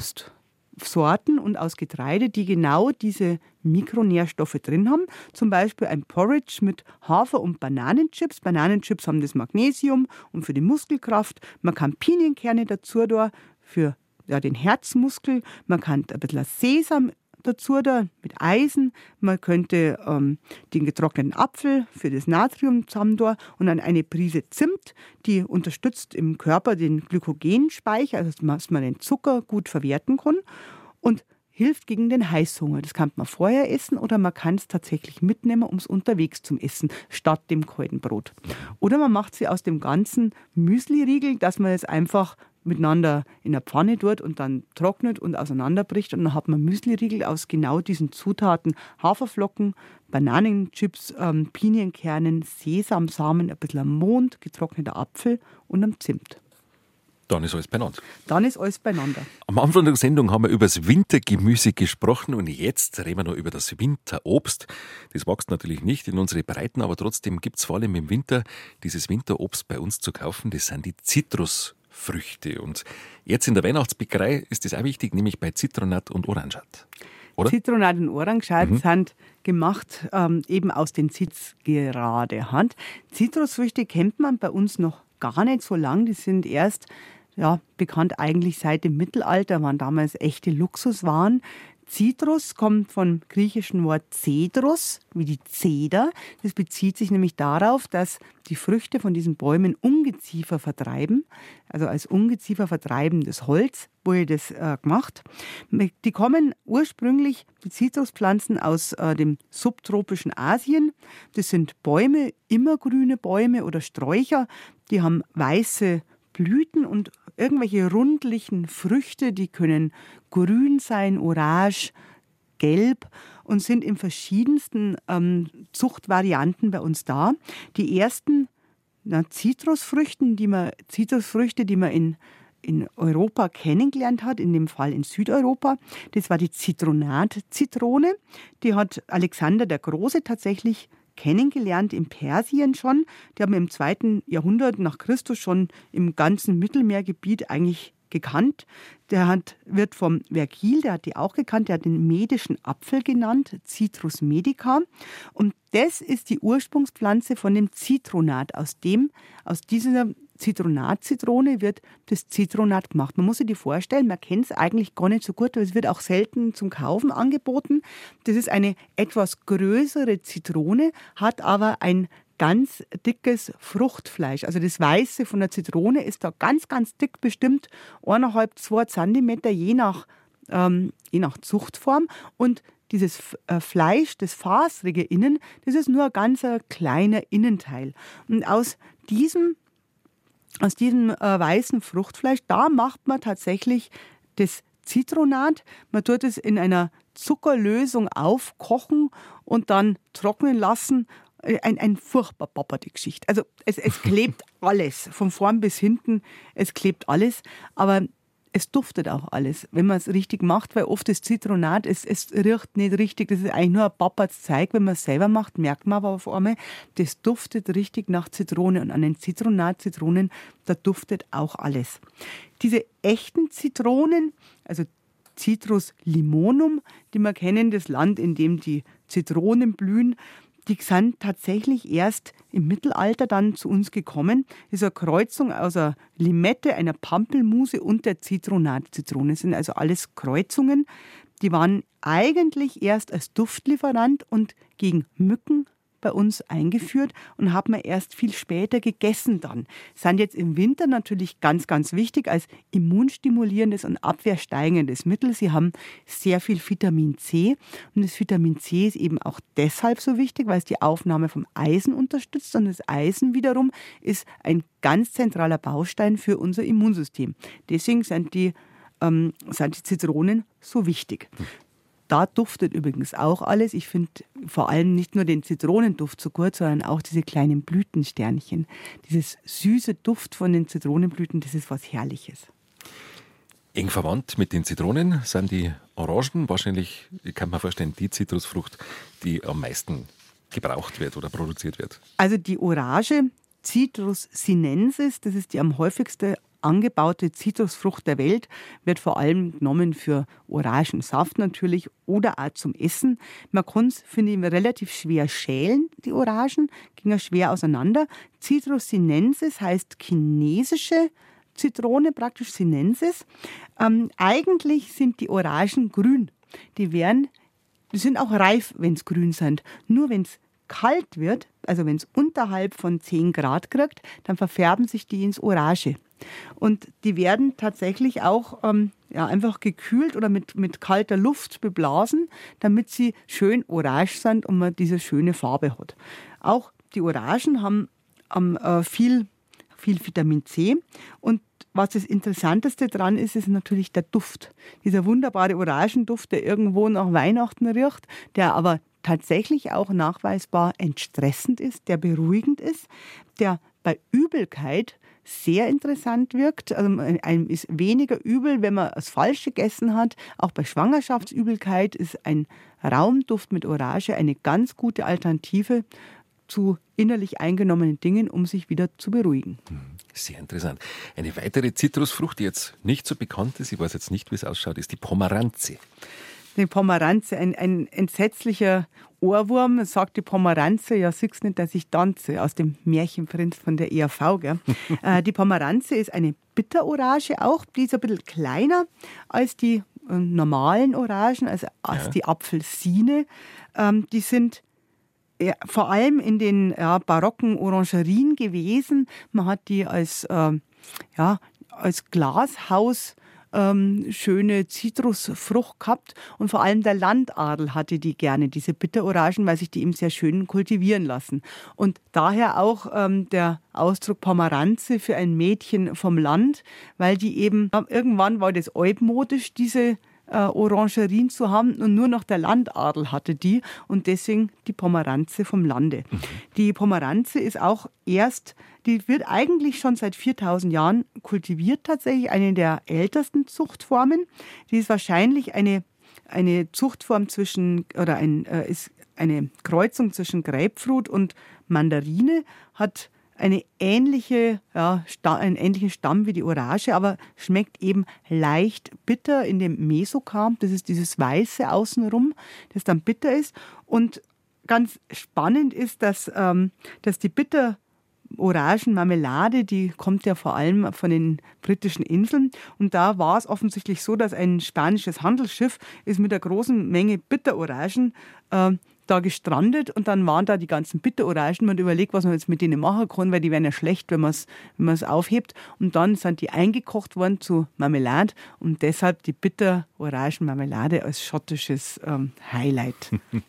Obstsorten und aus Getreide, die genau diese Mikronährstoffe drin haben. Zum Beispiel ein Porridge mit Hafer- und Bananenchips. Bananenchips haben das Magnesium und für die Muskelkraft. Man kann Pinienkerne dazu da für ja, den Herzmuskel. Man kann ein bisschen Sesam dazu da mit Eisen. Man könnte ähm, den getrockneten Apfel für das Natrium zusammen da und dann eine Prise Zimt, die unterstützt im Körper den Glykogenspeicher, also dass man den Zucker gut verwerten kann und hilft gegen den Heißhunger. Das kann man vorher essen oder man kann es tatsächlich mitnehmen, um es unterwegs zum Essen, statt dem kalten Brot. Oder man macht sie aus dem ganzen Müsli-Riegel, dass man es einfach miteinander in der Pfanne tut und dann trocknet und auseinanderbricht. Und dann hat man Müsli-Riegel aus genau diesen Zutaten. Haferflocken, Bananenchips, ähm, Pinienkernen, Sesamsamen, ein bisschen Mond, getrockneter Apfel und einem Zimt. Dann ist alles beieinander. Dann ist alles beieinander. Am Anfang der Sendung haben wir über das Wintergemüse gesprochen und jetzt reden wir noch über das Winterobst. Das wächst natürlich nicht in unsere Breiten, aber trotzdem gibt es vor allem im Winter dieses Winterobst bei uns zu kaufen. Das sind die Zitrusfrüchte. Und jetzt in der Weihnachtsbäckerei ist das auch wichtig, nämlich bei Zitronat und Orangat. Oder? Zitronat und Orangat mhm. sind gemacht ähm, eben aus den Zits gerade. Zitrusfrüchte kennt man bei uns noch gar nicht so lang. Die sind erst ja, bekannt eigentlich seit dem Mittelalter, waren damals echte Luxuswaren. Zitrus kommt vom griechischen Wort Cedrus, wie die Zeder. Das bezieht sich nämlich darauf, dass die Früchte von diesen Bäumen Ungeziefer vertreiben. Also als Ungeziefer vertreibendes Holz wurde das äh, gemacht. Die kommen ursprünglich, die Zitruspflanzen, aus äh, dem subtropischen Asien. Das sind Bäume, immergrüne Bäume oder Sträucher. Die haben weiße Blüten und irgendwelche rundlichen Früchte, die können grün sein, orange, gelb und sind in verschiedensten ähm, Zuchtvarianten bei uns da. Die ersten na, Zitrusfrüchten, die man, Zitrusfrüchte, die man in, in Europa kennengelernt hat, in dem Fall in Südeuropa, das war die Zitronat-Zitrone. Die hat Alexander der Große tatsächlich kennengelernt in Persien schon. Die haben im zweiten Jahrhundert nach Christus schon im ganzen Mittelmeergebiet eigentlich gekannt. Der hat, wird vom Vergil, der hat die auch gekannt, der hat den medischen Apfel genannt, Citrus medica. Und das ist die Ursprungspflanze von dem Zitronat. Aus dem, aus dieser Zitronat-Zitrone wird das Zitronat gemacht. Man muss sich das vorstellen, man kennt es eigentlich gar nicht so gut, weil es wird auch selten zum Kaufen angeboten. Das ist eine etwas größere Zitrone, hat aber ein ganz dickes Fruchtfleisch. Also das Weiße von der Zitrone ist da ganz, ganz dick, bestimmt eineinhalb, zwei Zentimeter, je nach, ähm, je nach Zuchtform. Und dieses äh, Fleisch, das Fasrige innen, das ist nur ein ganz äh, kleiner Innenteil. Und aus diesem, aus diesem äh, weißen Fruchtfleisch, da macht man tatsächlich das Zitronat. Man tut es in einer Zuckerlösung aufkochen und dann trocknen lassen. Ein, ein furchtbar Papa, die Geschichte. Also es, es klebt alles, von vorn bis hinten, es klebt alles, aber es duftet auch alles, wenn man es richtig macht, weil oft das Zitronat, es, es riecht nicht richtig, das ist eigentlich nur ein Papas Zeug, wenn man es selber macht, merkt man aber auf einmal, das duftet richtig nach Zitrone und an den Zitronat-Zitronen, da duftet auch alles. Diese echten Zitronen, also Citrus limonum, die wir kennen, das Land, in dem die Zitronen blühen, die sind tatsächlich erst im Mittelalter dann zu uns gekommen. Das ist eine Kreuzung aus einer Limette, einer Pampelmuse und der Zitronat-Zitrone. Das sind also alles Kreuzungen. Die waren eigentlich erst als Duftlieferant und gegen Mücken bei uns eingeführt und hat man erst viel später gegessen dann. Sind jetzt im Winter natürlich ganz, ganz wichtig als immunstimulierendes und abwehrsteigendes Mittel. Sie haben sehr viel Vitamin C und das Vitamin C ist eben auch deshalb so wichtig, weil es die Aufnahme vom Eisen unterstützt und das Eisen wiederum ist ein ganz zentraler Baustein für unser Immunsystem. Deswegen sind die, ähm, sind die Zitronen so wichtig. Da duftet übrigens auch alles. Ich finde vor allem nicht nur den Zitronenduft so gut, sondern auch diese kleinen Blütensternchen. Dieses süße Duft von den Zitronenblüten, das ist was Herrliches. Eng verwandt mit den Zitronen sind die Orangen. Wahrscheinlich, ich kann mir vorstellen, die Zitrusfrucht, die am meisten gebraucht wird oder produziert wird. Also die Orange, Citrus sinensis, das ist die am häufigsten angebaute Zitrusfrucht der Welt, wird vor allem genommen für Orangensaft natürlich oder auch zum Essen. Man kann es, finde ich, relativ schwer schälen, die Orangen, gingen schwer auseinander. Citrus sinensis heißt chinesische Zitrone, praktisch sinensis. Ähm, eigentlich sind die Orangen grün. Die, werden, die sind auch reif, wenn es grün sind. Nur wenn es kalt wird, also wenn es unterhalb von zehn Grad kriegt, dann verfärben sich die ins Orange. Und die werden tatsächlich auch ähm, ja, einfach gekühlt oder mit, mit kalter Luft beblasen, damit sie schön orange sind und man diese schöne Farbe hat. Auch die Orangen haben ähm, äh, viel, viel Vitamin C. Und was das Interessanteste dran ist, ist natürlich der Duft. Dieser wunderbare Orangenduft, der irgendwo nach Weihnachten riecht, der aber tatsächlich auch nachweisbar entstressend ist, der beruhigend ist, der bei Übelkeit sehr interessant wirkt. Also einem ist weniger übel, wenn man das Falsche gegessen hat. Auch bei Schwangerschaftsübelkeit ist ein Raumduft mit Orange eine ganz gute Alternative zu innerlich eingenommenen Dingen, um sich wieder zu beruhigen. Sehr interessant. Eine weitere Zitrusfrucht, die jetzt nicht so bekannt ist, ich weiß jetzt nicht, wie es ausschaut, ist die Pomeranze. Die Pomeranze, ein, ein entsetzlicher Ohrwurm, sagt die Pomeranze, ja, siehst nicht, dass ich tanze, aus dem Märchenprinz von der E R V. Gell? äh, die Pomeranze ist eine Bitterorange auch, die ist ein bisschen kleiner als die äh, normalen Orangen, also als ja. die Apfelsine. Ähm, die sind ja, vor allem in den ja, barocken Orangerien gewesen. Man hat die als, äh, ja, als Glashaus Ähm, schöne Zitrusfrucht gehabt und vor allem der Landadel hatte die gerne, diese Bitterorangen, weil sich die eben sehr schön kultivieren lassen. Und daher auch ähm, der Ausdruck Pomeranze für ein Mädchen vom Land, weil die eben, irgendwann war das altmodisch, diese äh, Orangerien zu haben und nur noch der Landadel hatte die und deswegen die Pomeranze vom Lande. Mhm. Die Pomeranze ist auch erst, die wird eigentlich schon seit viertausend Jahren kultiviert tatsächlich, eine der ältesten Zuchtformen. Die ist wahrscheinlich eine, eine Zuchtform zwischen, oder ein, äh, ist eine Kreuzung zwischen Grapefruit und Mandarine, hat eine ähnliche, ja, einen ähnlichen Stamm wie die Orange, aber schmeckt eben leicht bitter in dem Mesokarp. Das ist dieses Weiße außenrum, das dann bitter ist. Und ganz spannend ist, dass, ähm, dass die bitter Orangenmarmelade, die kommt ja vor allem von den britischen Inseln. Und da war es offensichtlich so, dass ein spanisches Handelsschiff ist mit einer großen Menge Bitterorangen äh, da gestrandet und dann waren da die ganzen Bitterorangen. Man überlegt, was man jetzt mit denen machen kann, weil die wären ja schlecht, wenn man es wenn man es aufhebt. Und dann sind die eingekocht worden zu Marmelade und deshalb die Bitterorangenmarmelade als schottisches ähm, Highlight.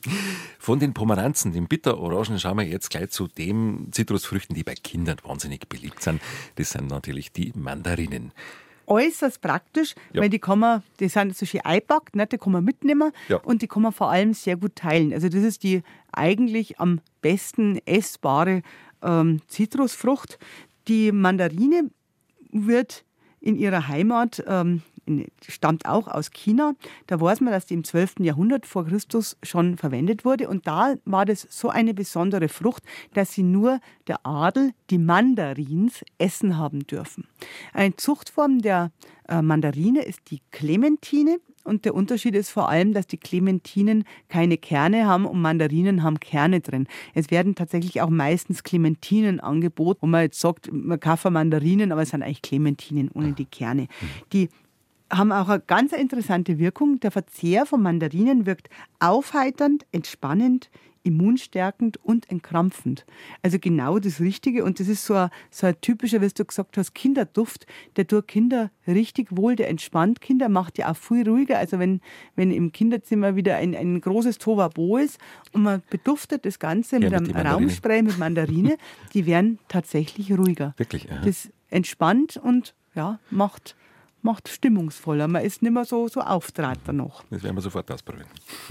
Von den Pomeranzen, den Bitterorangen, schauen wir jetzt gleich zu den Zitrusfrüchten, die bei Kindern wahnsinnig beliebt sind. Das sind natürlich die Mandarinen. Äußerst praktisch, ja. Weil die kann man, die sind so schön eingepackt, ne, die kann man mitnehmen ja. Und die kann man vor allem sehr gut teilen. Also das ist die eigentlich am besten essbare ähm, Zitrusfrucht. Die Mandarine wird in ihrer Heimat, ähm, stammt auch aus China. Da weiß man, dass die im zwölften Jahrhundert vor Christus schon verwendet wurde. Und da war das so eine besondere Frucht, dass sie nur der Adel, die Mandarins, essen haben dürfen. Eine Zuchtform der äh, Mandarine ist die Clementine. Und der Unterschied ist vor allem, dass die Clementinen keine Kerne haben und Mandarinen haben Kerne drin. Es werden tatsächlich auch meistens Clementinen angeboten, wo man jetzt sagt, man kauft Mandarinen, aber es sind eigentlich Clementinen ohne die Kerne. Die haben auch eine ganz interessante Wirkung. Der Verzehr von Mandarinen wirkt aufheiternd, entspannend, immunstärkend und entkrampfend. Also genau das Richtige. Und das ist so ein, so ein typischer, wie du gesagt hast, Kinderduft. Der tut Kinder richtig wohl, der entspannt Kinder, macht die auch viel ruhiger. Also wenn, wenn im Kinderzimmer wieder ein, ein großes Tohuwabohu ist und man beduftet das Ganze ja, mit, mit einem Raumspray mit Mandarine, die werden tatsächlich ruhiger. Wirklich? Aha. Das entspannt und ja, macht... macht stimmungsvoller. Man ist nicht mehr so, so auftrater noch. Das werden wir sofort ausprobieren.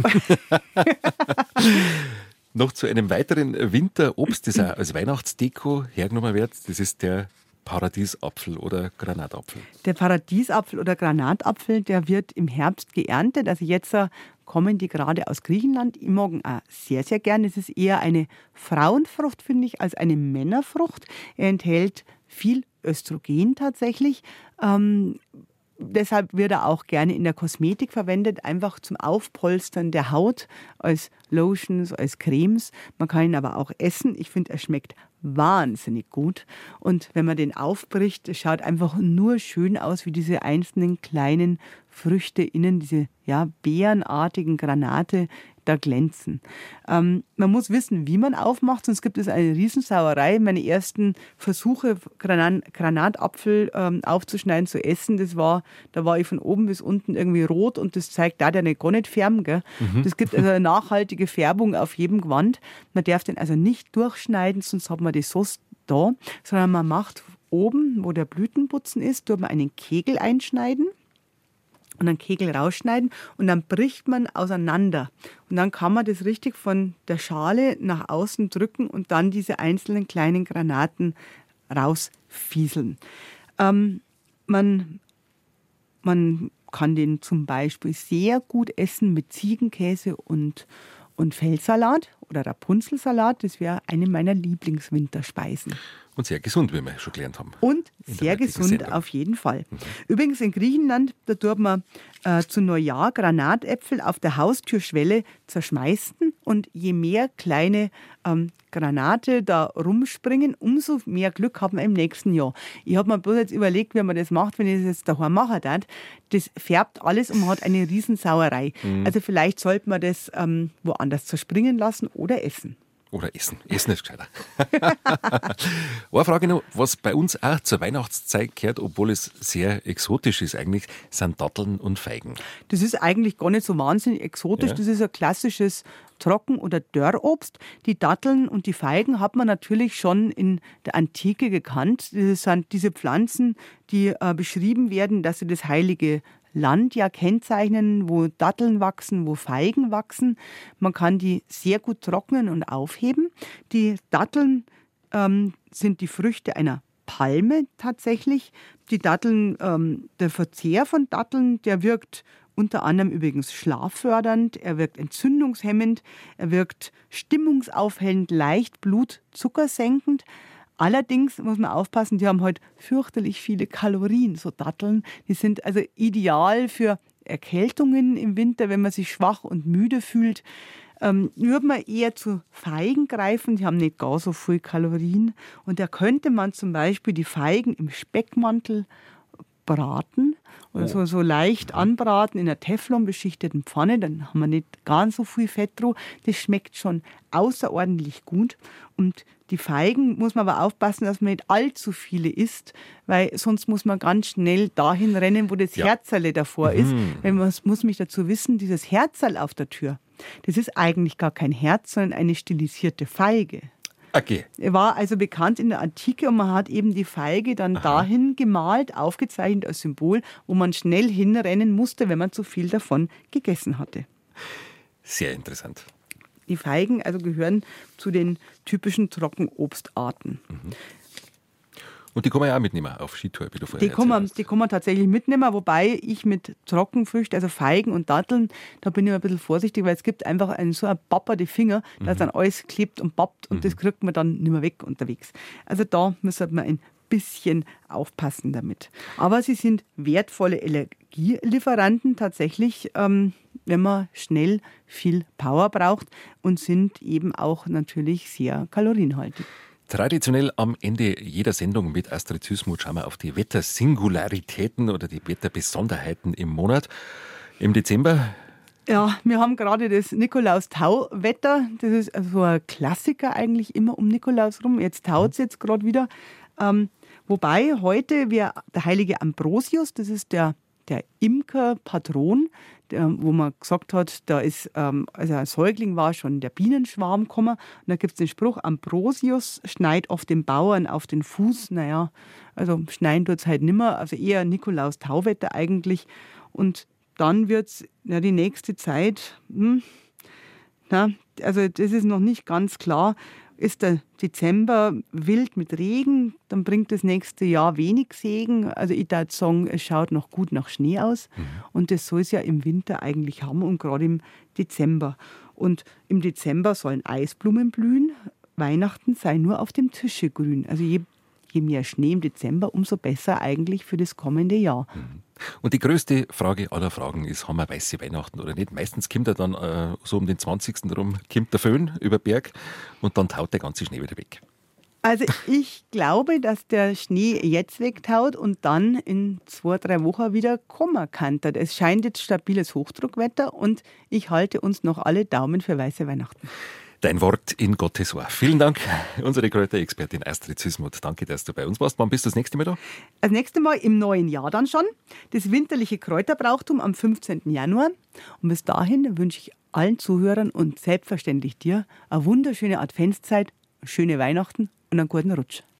Noch zu einem weiteren Winterobst, das auch als Weihnachtsdeko hergenommen wird. Das ist der Paradiesapfel oder Granatapfel. Der Paradiesapfel oder Granatapfel, der wird im Herbst geerntet. Also jetzt kommen die gerade aus Griechenland. Ich mag ihn auch sehr, sehr gern. Es ist eher eine Frauenfrucht, finde ich, als eine Männerfrucht. Er enthält viel Östrogen tatsächlich. Ähm, deshalb wird er auch gerne in der Kosmetik verwendet, einfach zum Aufpolstern der Haut, als Lotions, als Cremes. Man kann ihn aber auch essen. Ich finde, er schmeckt wahnsinnig gut. Und wenn man den aufbricht, es schaut einfach nur schön aus, wie diese einzelnen kleinen Früchte innen, diese ja, beerenartigen Granate, da glänzen. Ähm, man muss wissen, wie man aufmacht, sonst gibt es eine Riesensauerei. Meine ersten Versuche, Gran- Granatapfel ähm, aufzuschneiden, zu essen, das war, da war ich von oben bis unten irgendwie rot und das zeigt da der gar nicht färben. Gell? Mhm. Das gibt also eine nachhaltige Färbung auf jedem Gewand. Man darf den also nicht durchschneiden, sonst hat man die Sauce da, sondern man macht oben, wo der Blütenputzen ist, tut man einen Kegel einschneiden und einen Kegel rausschneiden und dann bricht man auseinander. Und dann kann man das richtig von der Schale nach außen drücken und dann diese einzelnen kleinen Granaten rausfieseln. Ähm, man, man kann den zum Beispiel sehr gut essen mit Ziegenkäse und, und Feldsalat oder Rapunzelsalat. Das wäre eine meiner Lieblingswinterspeisen. Und sehr gesund, wie wir schon gelernt haben. Und sehr gesund Sendung. Auf jeden Fall. Mhm. Übrigens in Griechenland, da tut man äh, zu Neujahr Granatäpfel auf der Haustürschwelle zerschmeißen und je mehr kleine ähm, Granate da rumspringen, umso mehr Glück haben wir im nächsten Jahr. Ich habe mir bloß jetzt überlegt, wie man das macht, wenn ich das jetzt daheim mache. Das färbt alles und man hat eine Riesensauerei. Mhm. Also vielleicht sollte man das ähm, woanders zerspringen lassen oder essen. Oder essen. Essen ist gescheiter. Eine Frage noch, was bei uns auch zur Weihnachtszeit gehört, obwohl es sehr exotisch ist eigentlich, sind Datteln und Feigen. Das ist eigentlich gar nicht so wahnsinnig exotisch. Ja. Das ist ein klassisches Trocken- oder Dörrobst. Die Datteln und die Feigen hat man natürlich schon in der Antike gekannt. Das sind diese Pflanzen, die äh, beschrieben werden, dass sie das heilige Land ja kennzeichnen, wo Datteln wachsen, wo Feigen wachsen. Man kann die sehr gut trocknen und aufheben. Die Datteln ähm, sind die Früchte einer Palme tatsächlich. Die Datteln, ähm, der Verzehr von Datteln, der wirkt unter anderem übrigens schlaffördernd, er wirkt entzündungshemmend, er wirkt stimmungsaufhellend, leicht blutzuckersenkend. Allerdings muss man aufpassen, die haben halt fürchterlich viele Kalorien, so Datteln. Die sind also ideal für Erkältungen im Winter, wenn man sich schwach und müde fühlt. Ähm, würde man eher zu Feigen greifen, die haben nicht gar so viel Kalorien. Und da könnte man zum Beispiel die Feigen im Speckmantel braten oder so, so leicht anbraten in einer teflonbeschichteten Pfanne, dann haben wir nicht ganz so viel Fett drauf. Das schmeckt schon außerordentlich gut. Und die Feigen muss man aber aufpassen, dass man nicht allzu viele isst, weil sonst muss man ganz schnell dahin rennen, wo das ja. Herzerle davor mhm. ist. Weil man muss mich dazu wissen, dieses Herzerl auf der Tür, das ist eigentlich gar kein Herz, sondern eine stilisierte Feige. Okay. Er war also bekannt in der Antike und man hat eben die Feige dann Aha. dahin gemalt, aufgezeichnet als Symbol, wo man schnell hinrennen musste, wenn man zu viel davon gegessen hatte. Sehr interessant. Die Feigen also gehören zu den typischen Trockenobstarten. Mhm. Und die kann man ja auch mitnehmen auf Skitour, wie du vorher die kann man, hast. Die kann man tatsächlich mitnehmen, wobei ich mit Trockenfrüchten, also Feigen und Datteln, da bin ich ein bisschen vorsichtig, weil es gibt einfach einen, so ein bapperte Finger, mhm. dass dann alles klebt und pappt und mhm. das kriegt man dann nicht mehr weg unterwegs. Also da muss man ein bisschen aufpassen damit. Aber sie sind wertvolle Energielieferanten tatsächlich, ähm, wenn man schnell viel Power braucht und sind eben auch natürlich sehr kalorienhaltig. Traditionell am Ende jeder Sendung mit Astrid Süssmuth schauen wir auf die Wettersingularitäten oder die Wetterbesonderheiten im Monat. Im Dezember. Ja, wir haben gerade das Nikolaus-Tau-Wetter. Das ist also ein Klassiker eigentlich immer um Nikolaus rum. Jetzt taut es jetzt gerade wieder. Ähm, wobei heute wir der heilige Ambrosius, das ist der, der Imkerpatron, der, wo man gesagt hat, da ist, ähm, also ein Säugling war schon der Bienenschwarm gekommen. Und da gibt es den Spruch, Ambrosius schneit oft den Bauern auf den Fuß. Naja, also schneien tut es halt nimmer, also eher Nikolaus-Tauwetter eigentlich. Und dann wird es ja, die nächste Zeit, hm, na, also das ist noch nicht ganz klar. Ist der Dezember wild mit Regen, dann bringt das nächste Jahr wenig Segen. Also ich würde sagen, es schaut noch gut nach Schnee aus. Mhm. Und das soll es ja im Winter eigentlich haben und gerade im Dezember. Und im Dezember sollen Eisblumen blühen. Weihnachten sei nur auf dem Tische grün. Also je, je mehr Schnee im Dezember, umso besser eigentlich für das kommende Jahr. Mhm. Und die größte Frage aller Fragen ist, haben wir weiße Weihnachten oder nicht? Meistens kommt er dann äh, so um den zwanzigsten rum, kommt der Föhn über Berg und dann taut der ganze Schnee wieder weg. Also ich glaube, dass der Schnee jetzt wegtaut und dann in zwei, drei Wochen wieder kommen kann. Es scheint jetzt stabiles Hochdruckwetter und ich halte uns noch alle Daumen für weiße Weihnachten. Dein Wort in Gottes Ohr. Vielen Dank, unsere Kräuterexpertin Astrid Süssmuth. Danke, dass du bei uns warst. Wann bist du das nächste Mal da? Das nächste Mal im neuen Jahr dann schon. Das winterliche Kräuterbrauchtum am fünfzehnten Januar. Und bis dahin wünsche ich allen Zuhörern und selbstverständlich dir eine wunderschöne Adventszeit, schöne Weihnachten und einen guten Rutsch.